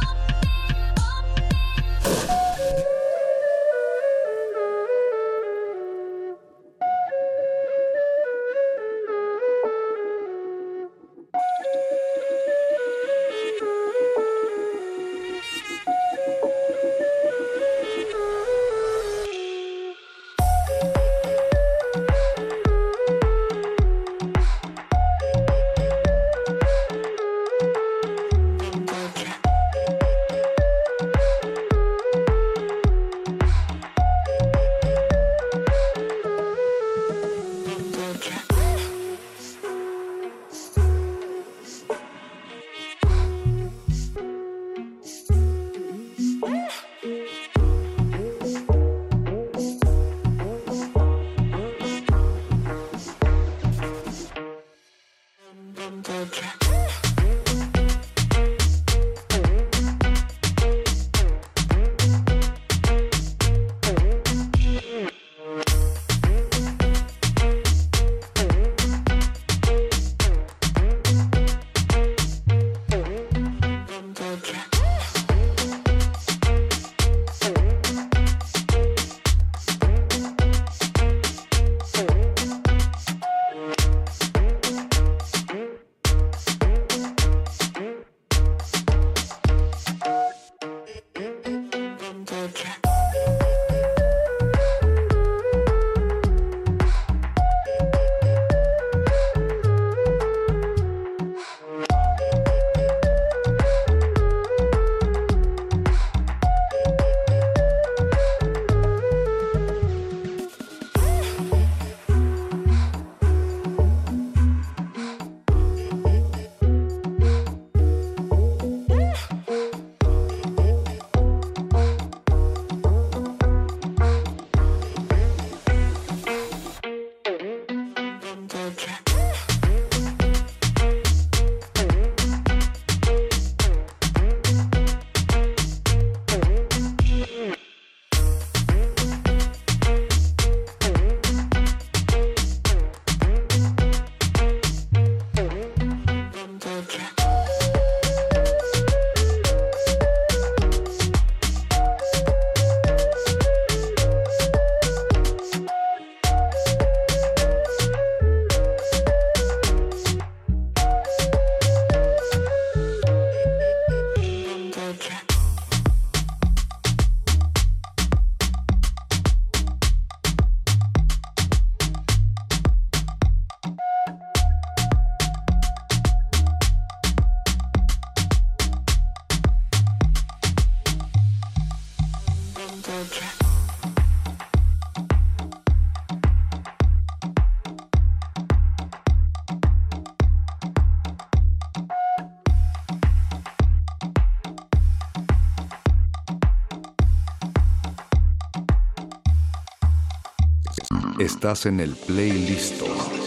Estás en el playlist.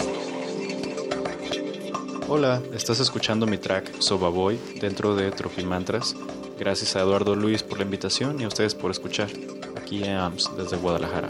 Hola, estás escuchando mi track Soba Boy dentro de Tropimantras. Gracias a Eduardo Luis por la invitación y a ustedes por escuchar. Aquí en A M S desde Guadalajara.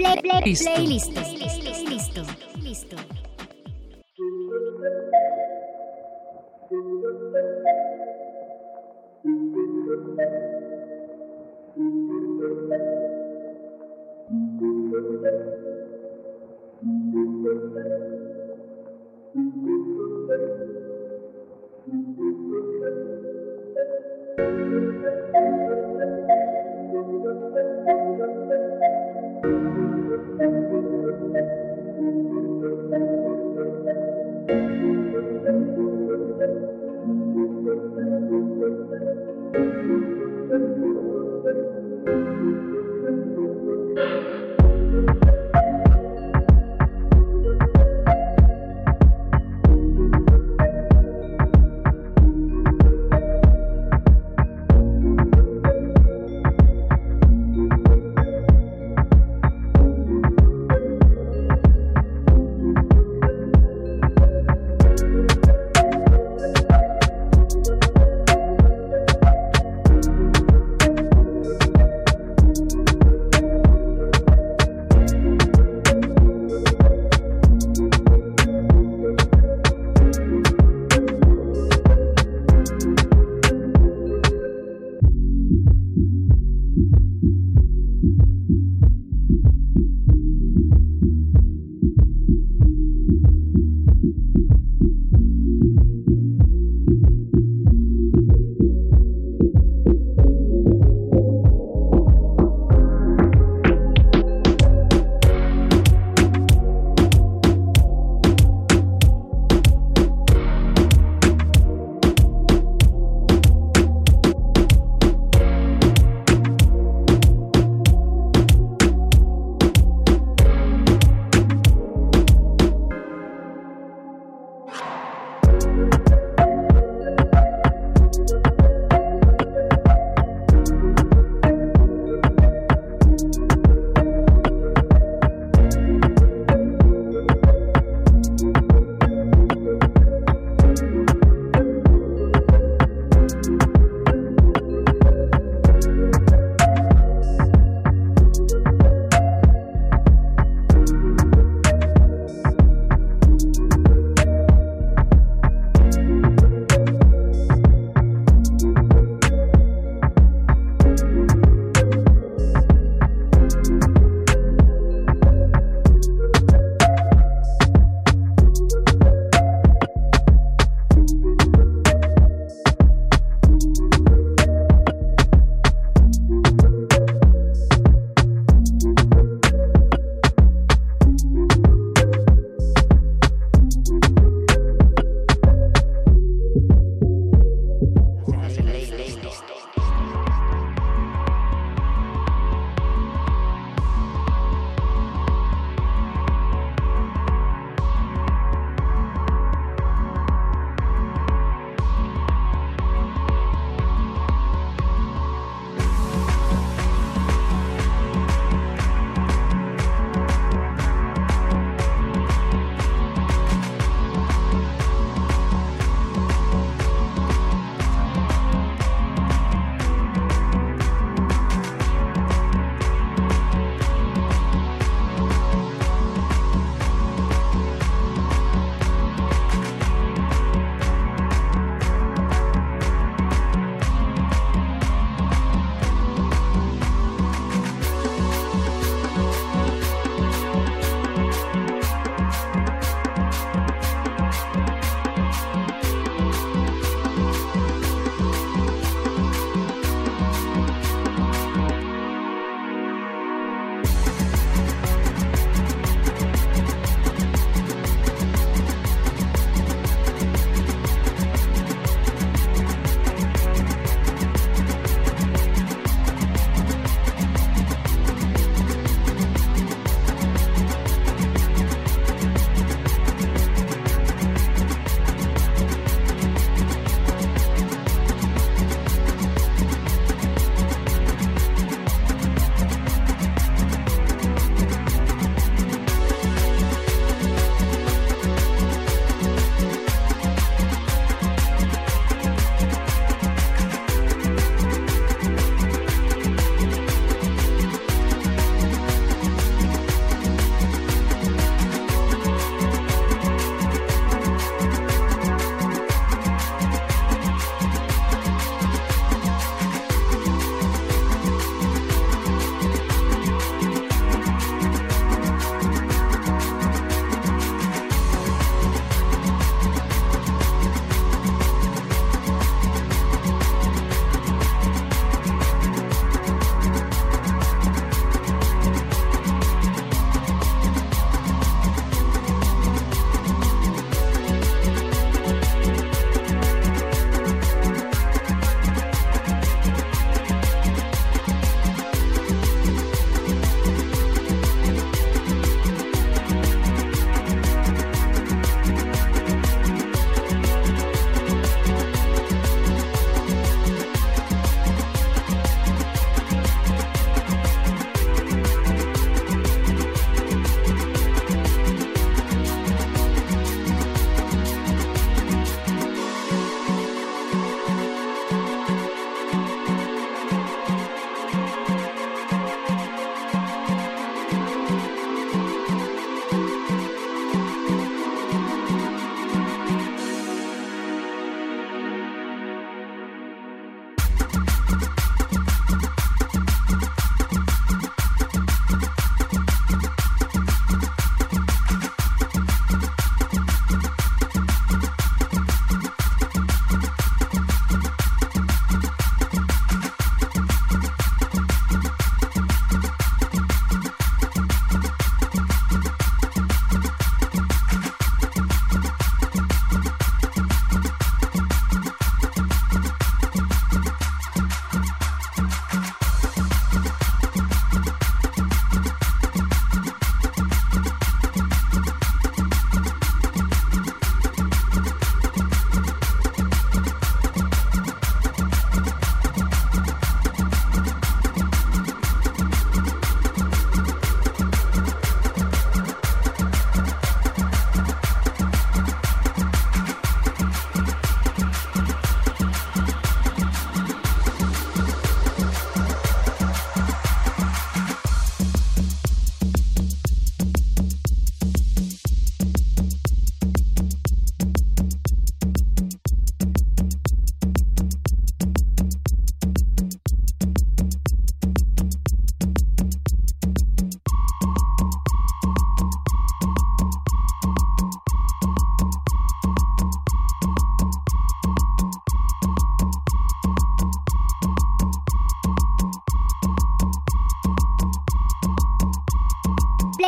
play, play, listo. Listo. Listo. Listo.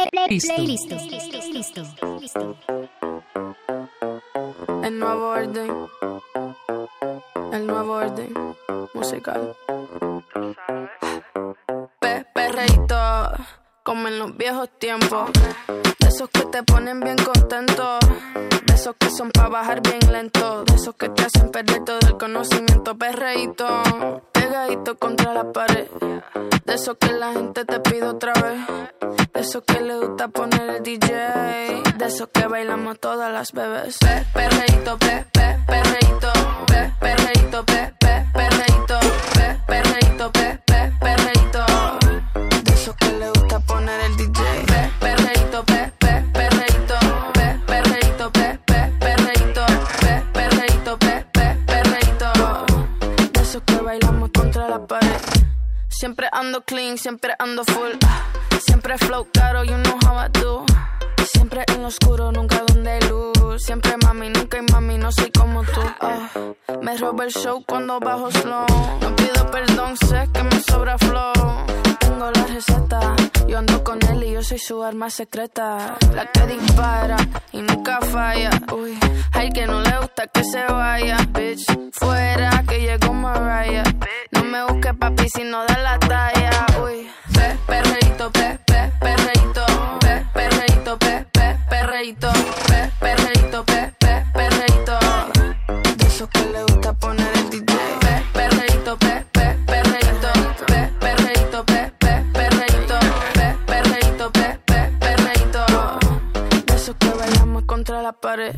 Listo. Listo. Listo. El nuevo orden. El nuevo orden musical. Pe perreíto, como en los viejos tiempos. De esos que te ponen bien contento. De esos que son pa' bajar bien lento. De esos que te hacen perder todo el conocimiento. Perreíto, pegadito contra la pared. De esos que la gente te pide otra vez. De esos que le gusta poner el D J. De esos que bailamos todas las bebés. Pe, perreíto, pe, pe, perreíto, pe, perreíto, pe, pe, perreíto, pe, perreíto, pe, pe, perreíto. De esos que le gusta poner el D J. Pe, perreíto, pe, pe, perreíto, pe, perreíto, pe, pe, perreíto, pe, perreíto, pe, pe, perreíto. De esos que bailamos contra la pared. Siempre ando clean, siempre ando full. Siempre flow caro, you know how I do. Siempre en lo oscuro, nunca donde hay luz. Siempre mami, nunca hay mami, no soy como tú. Uh, me roba el show cuando bajo slow. No pido perdón, sé que me sobra flow. Tengo la receta, yo ando con él y yo soy su arma secreta. La que dispara y nunca falla. Uy, al que no le gusta que se vaya. Bitch, fuera que llegó Mariah. No me busques papi si no da la talla. Uy, pe, perreíto, pe, pe, perreíto, pe, perreíto, pe, pe, perreíto, pe, perreíto, pe, pe, perreíto. De esos que le gusta poner el D J. Pe, perreíto, pe, pe, perreíto, pe, perreíto, pe, pe, perreíto, pe, perreíto, pe, pe, perreíto. De esos que bailamos contra la pared.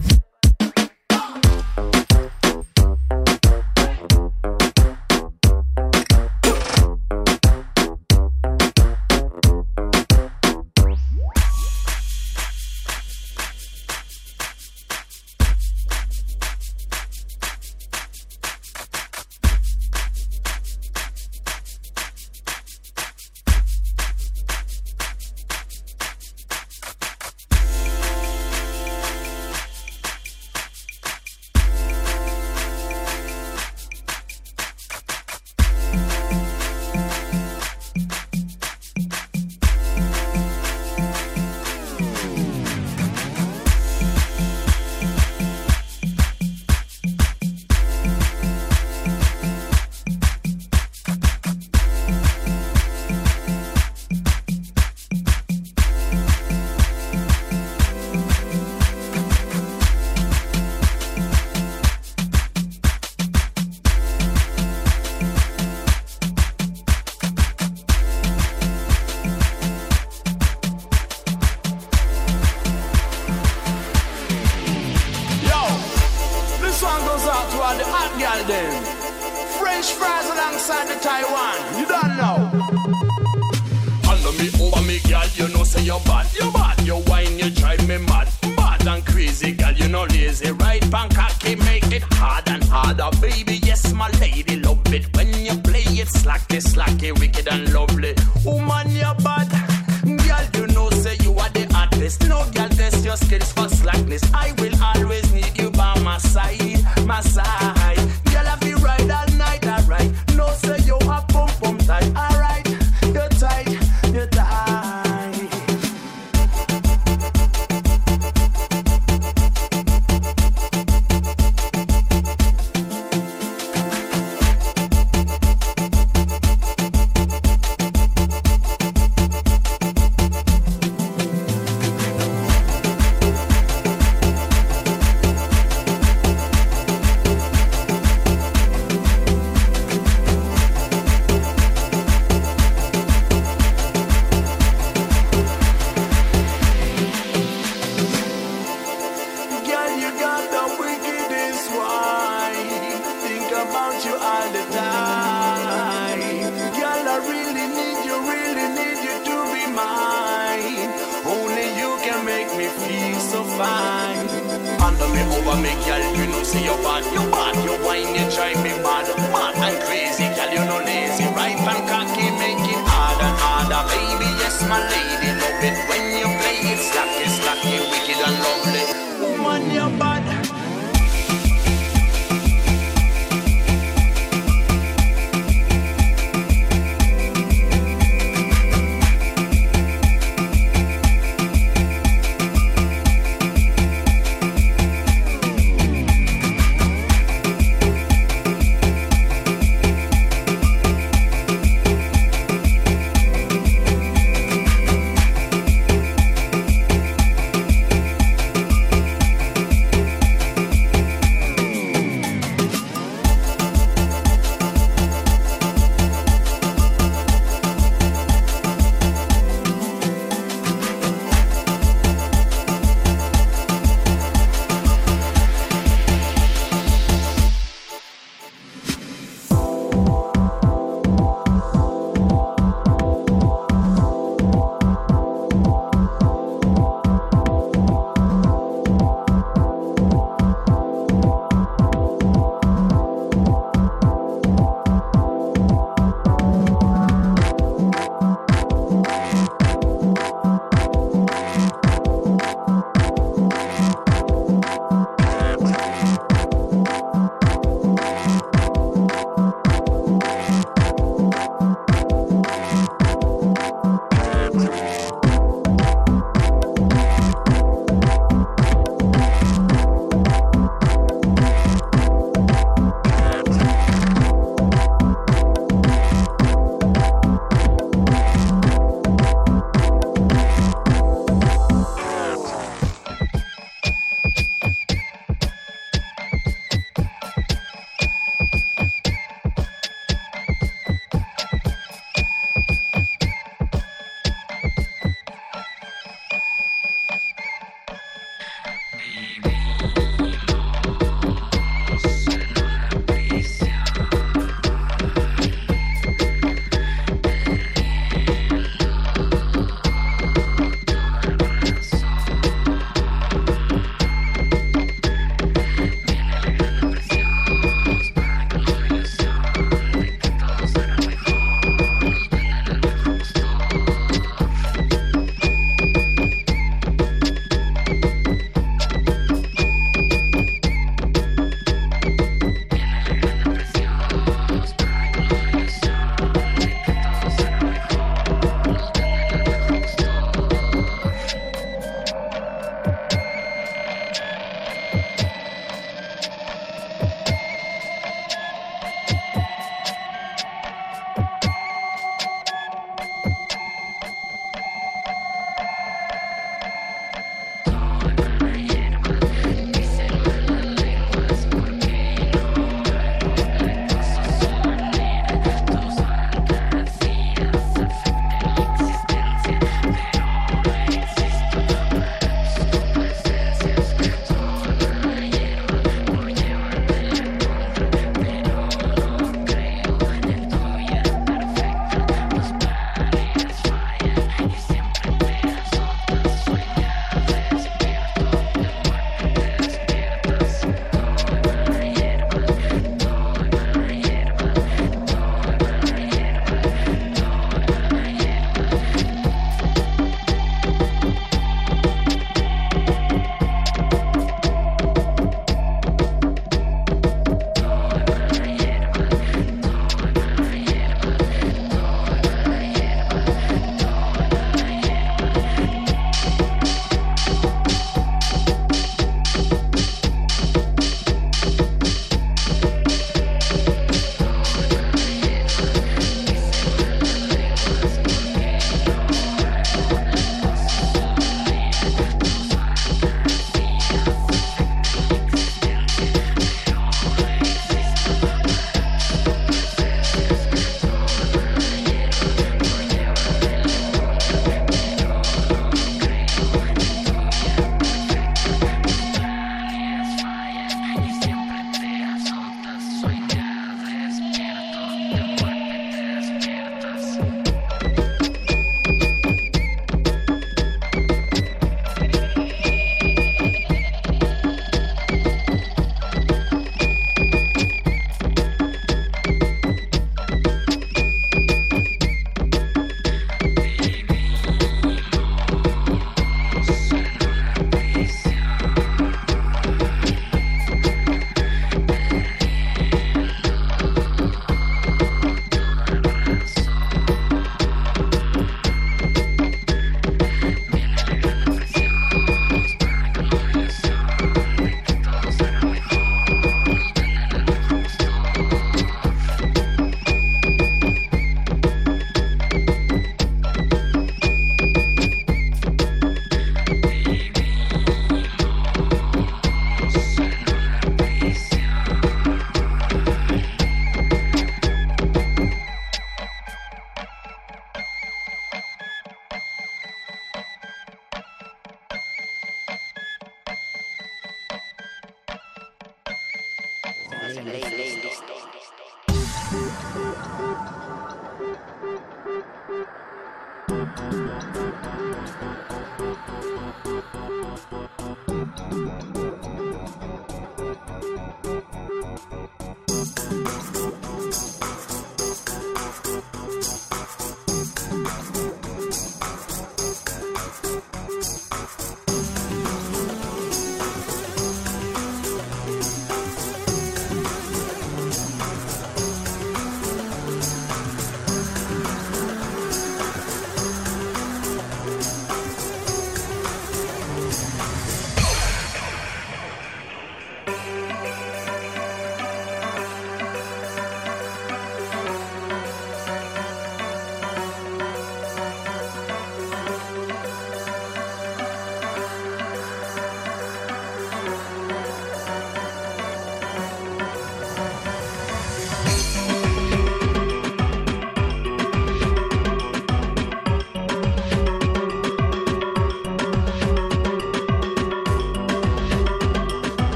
Playlist.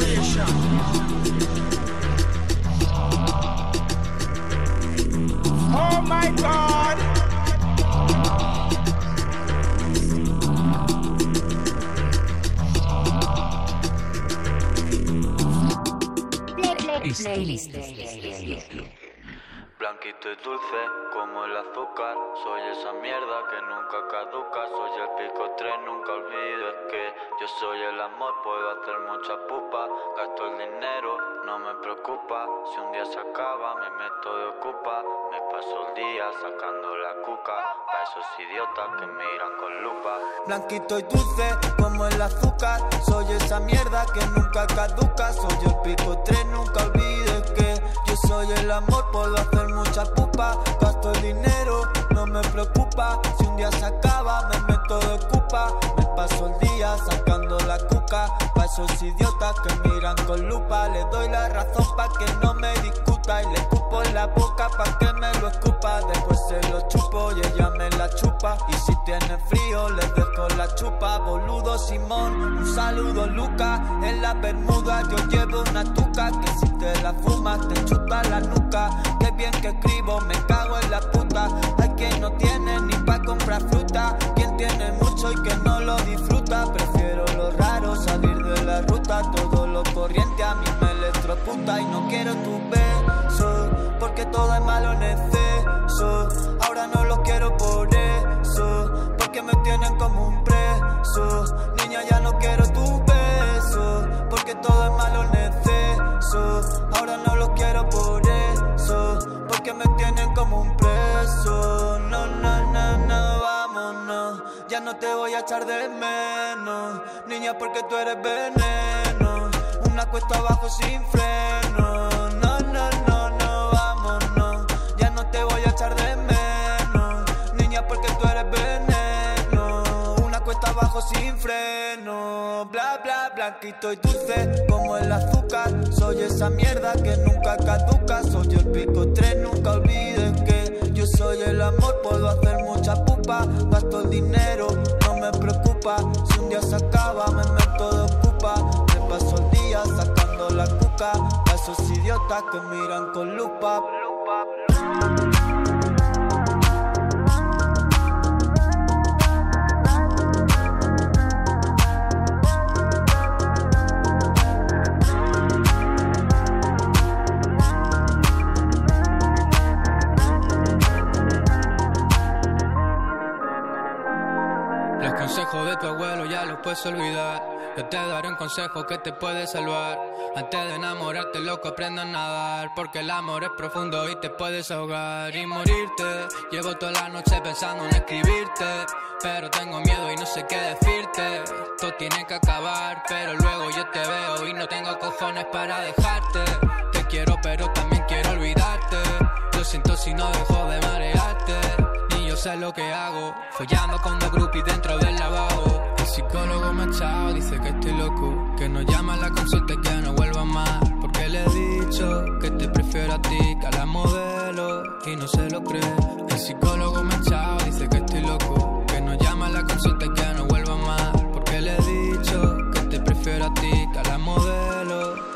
Oh my God. Playlist. Blanquito y dulce como el azúcar. Soy esa mierda que nunca caduca. Soy el pico tres, nunca olvides que yo soy el amor. Puedo hacer mucha pupa, gasto el dinero, no me preocupa. Si un día se acaba me meto de ocupa. Me paso el día sacando la cuca pa' esos idiotas que miran con lupa. Blanquito y dulce como el azúcar. Soy esa mierda que nunca caduca. Soy el pico tres, nunca olvides que yo soy el amor. Puedo hacer mucha pupa, gasto el dinero, no me preocupa. Si un día se acaba me meto de ocupa. Me paso el día sacando la cuca pa' esos idiotas que miran con lupa. Le doy la razón pa' que no me discuta y le escupo en la boca pa' que me lo escupa. Después se lo chupo y ella me la chupa. Y si tiene frío le dejo la chupa. Boludo Simón, un saludo Luca. En la bermuda yo llevo una tuca que si te la fumas te chuta la nuca. Qué bien que escribo, me cago en la puta. Hay quien no tiene ni pa' comprar fruta. Quien tiene mucho y que no lo disfruta. Prefiero lo raro, salir de la ruta. Todo lo corriente a mí me electrocuta. Y no quiero tu beso, porque todo es malo en exceso. Ahora no lo quiero por eso, porque me tienen como un preso. Niña, ya no quiero tu beso, porque todo es malo en exceso. Ahora no lo quiero por eso, porque me tienen como un preso. No, no, no, no, vámonos. Ya no te voy a echar de menos, niña, porque tú eres veneno. Una cuesta abajo sin freno. No, no, no, no, vámonos. Ya no te voy a echar de menos, niña, porque tú eres veneno. Una cuesta abajo sin freno. Bla, bla, blanquito y dulce como el azúcar. Soy esa mierda que nunca caduca. Soy el pico tres, nunca olvides que yo soy el amor. Puedo hacer mucha pupa, gasto el dinero, no me preocupa. Si un día se acaba me meto de ocupa. Me paso el día sacando la cuca a esos idiotas que miran con lupa. Los consejos de tu abuelo ya los puedes olvidar. Yo te daré un consejo que te puede salvar. Antes de enamorarte, loco, aprende a nadar, porque el amor es profundo y te puedes ahogar y morirte. Llevo toda la noche pensando en escribirte, pero tengo miedo y no sé qué decirte. Todo tiene que acabar, pero luego yo te veo y no tengo cojones para dejarte. Te quiero pero también quiero olvidarte. Lo siento si no dejo de marearte. Yo sé lo que hago, follando con dos groupies dentro del lavabo. El psicólogo me ha echado, dice que estoy loco, que no llama a la consulta y que no vuelva más. Porque le he dicho que te prefiero a ti que a la modelo y no se lo cree. El psicólogo me ha echado, dice que estoy loco, que no llama a la consulta y que no vuelva más. Porque le he dicho que te prefiero a ti que a la modelo.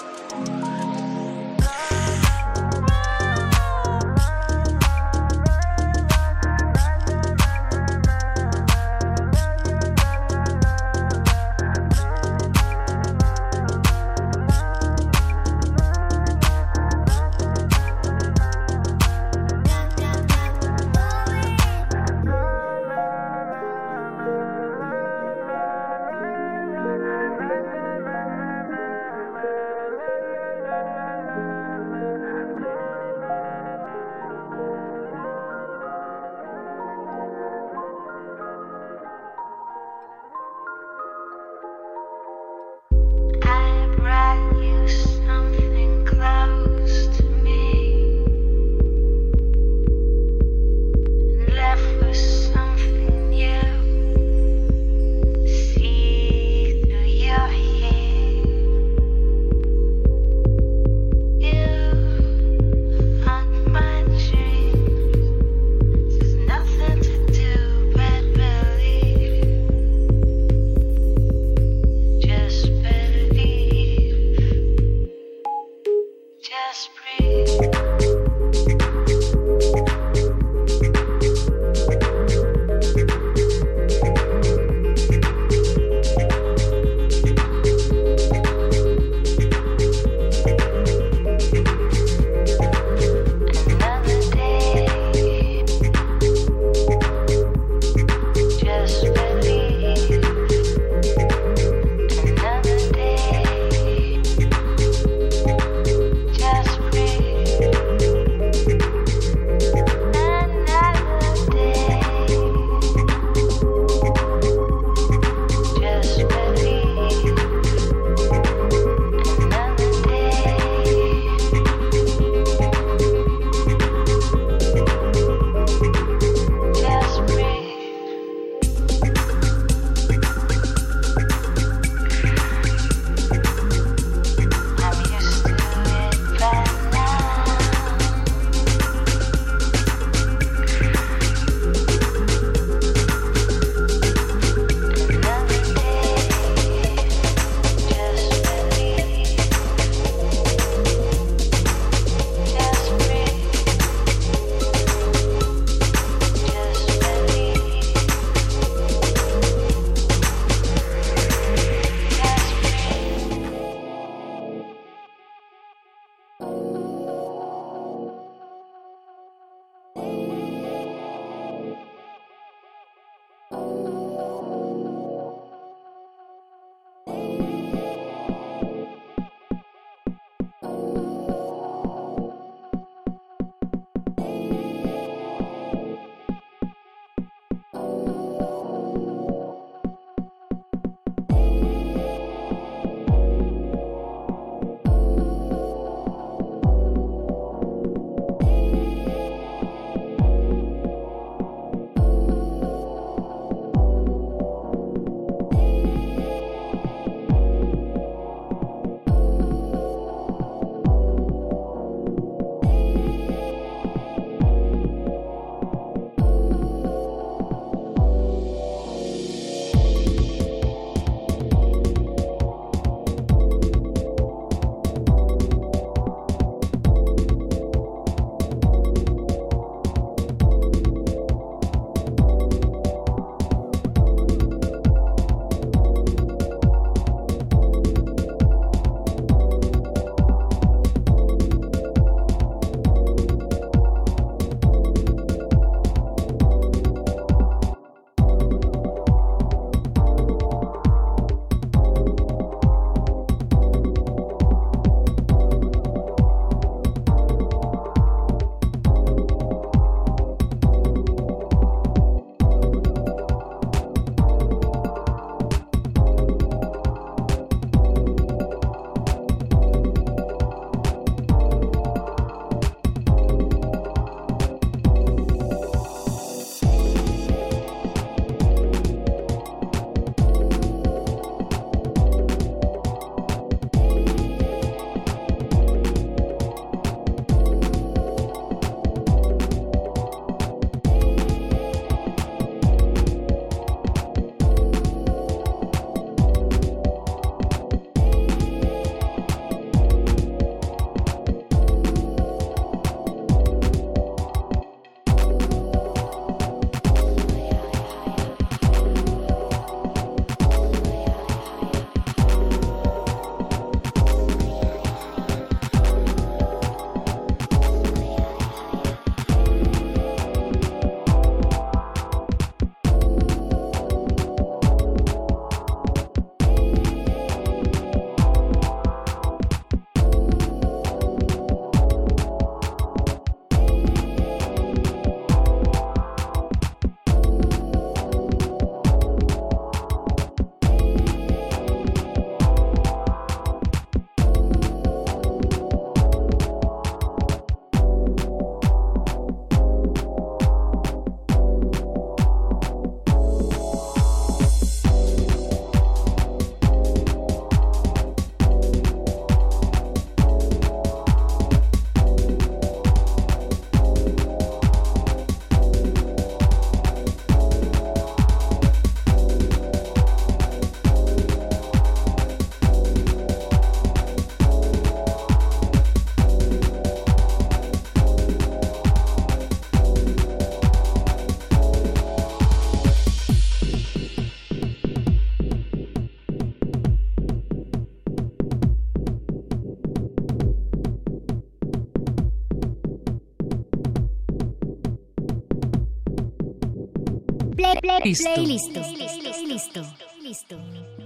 Listo. Listo. Listo. Listo.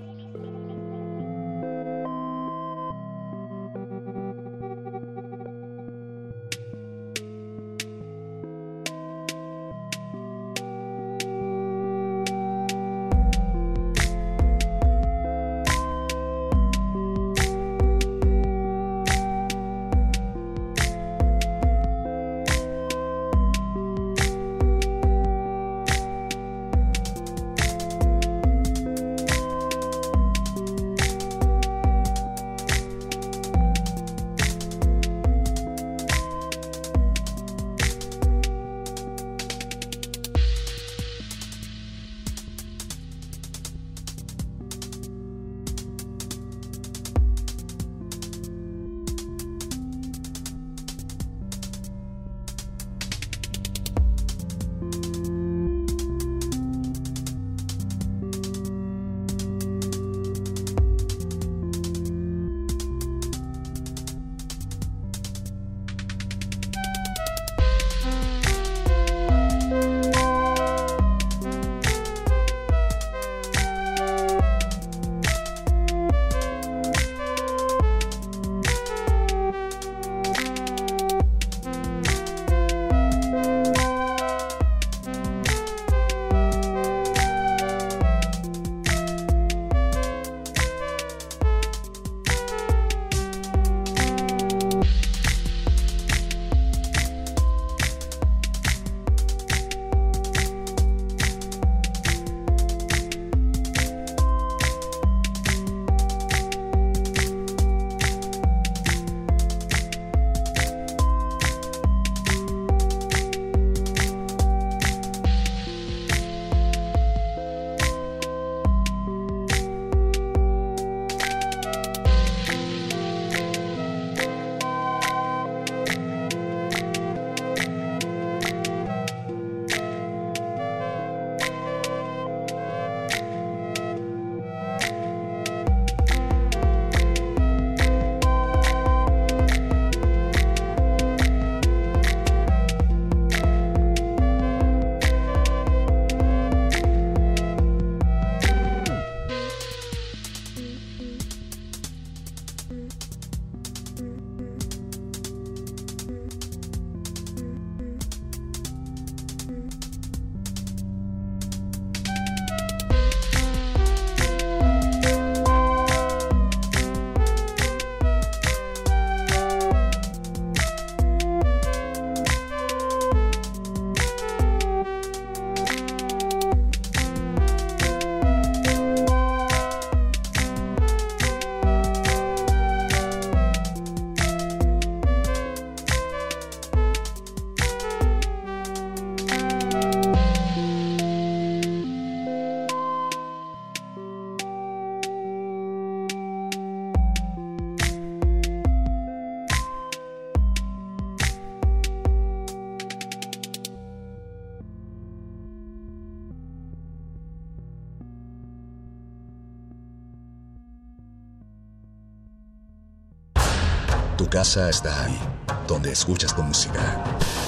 Tu casa está ahí, donde escuchas tu música.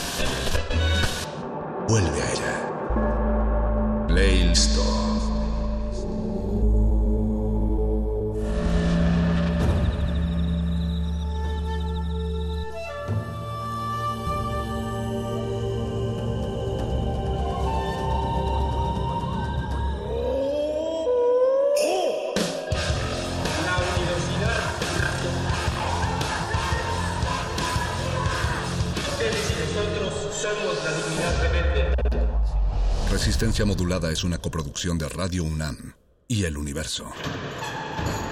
Vuelve a ella. Playlist. Resistencia Modulada es una coproducción de Radio UNAM y El Universo.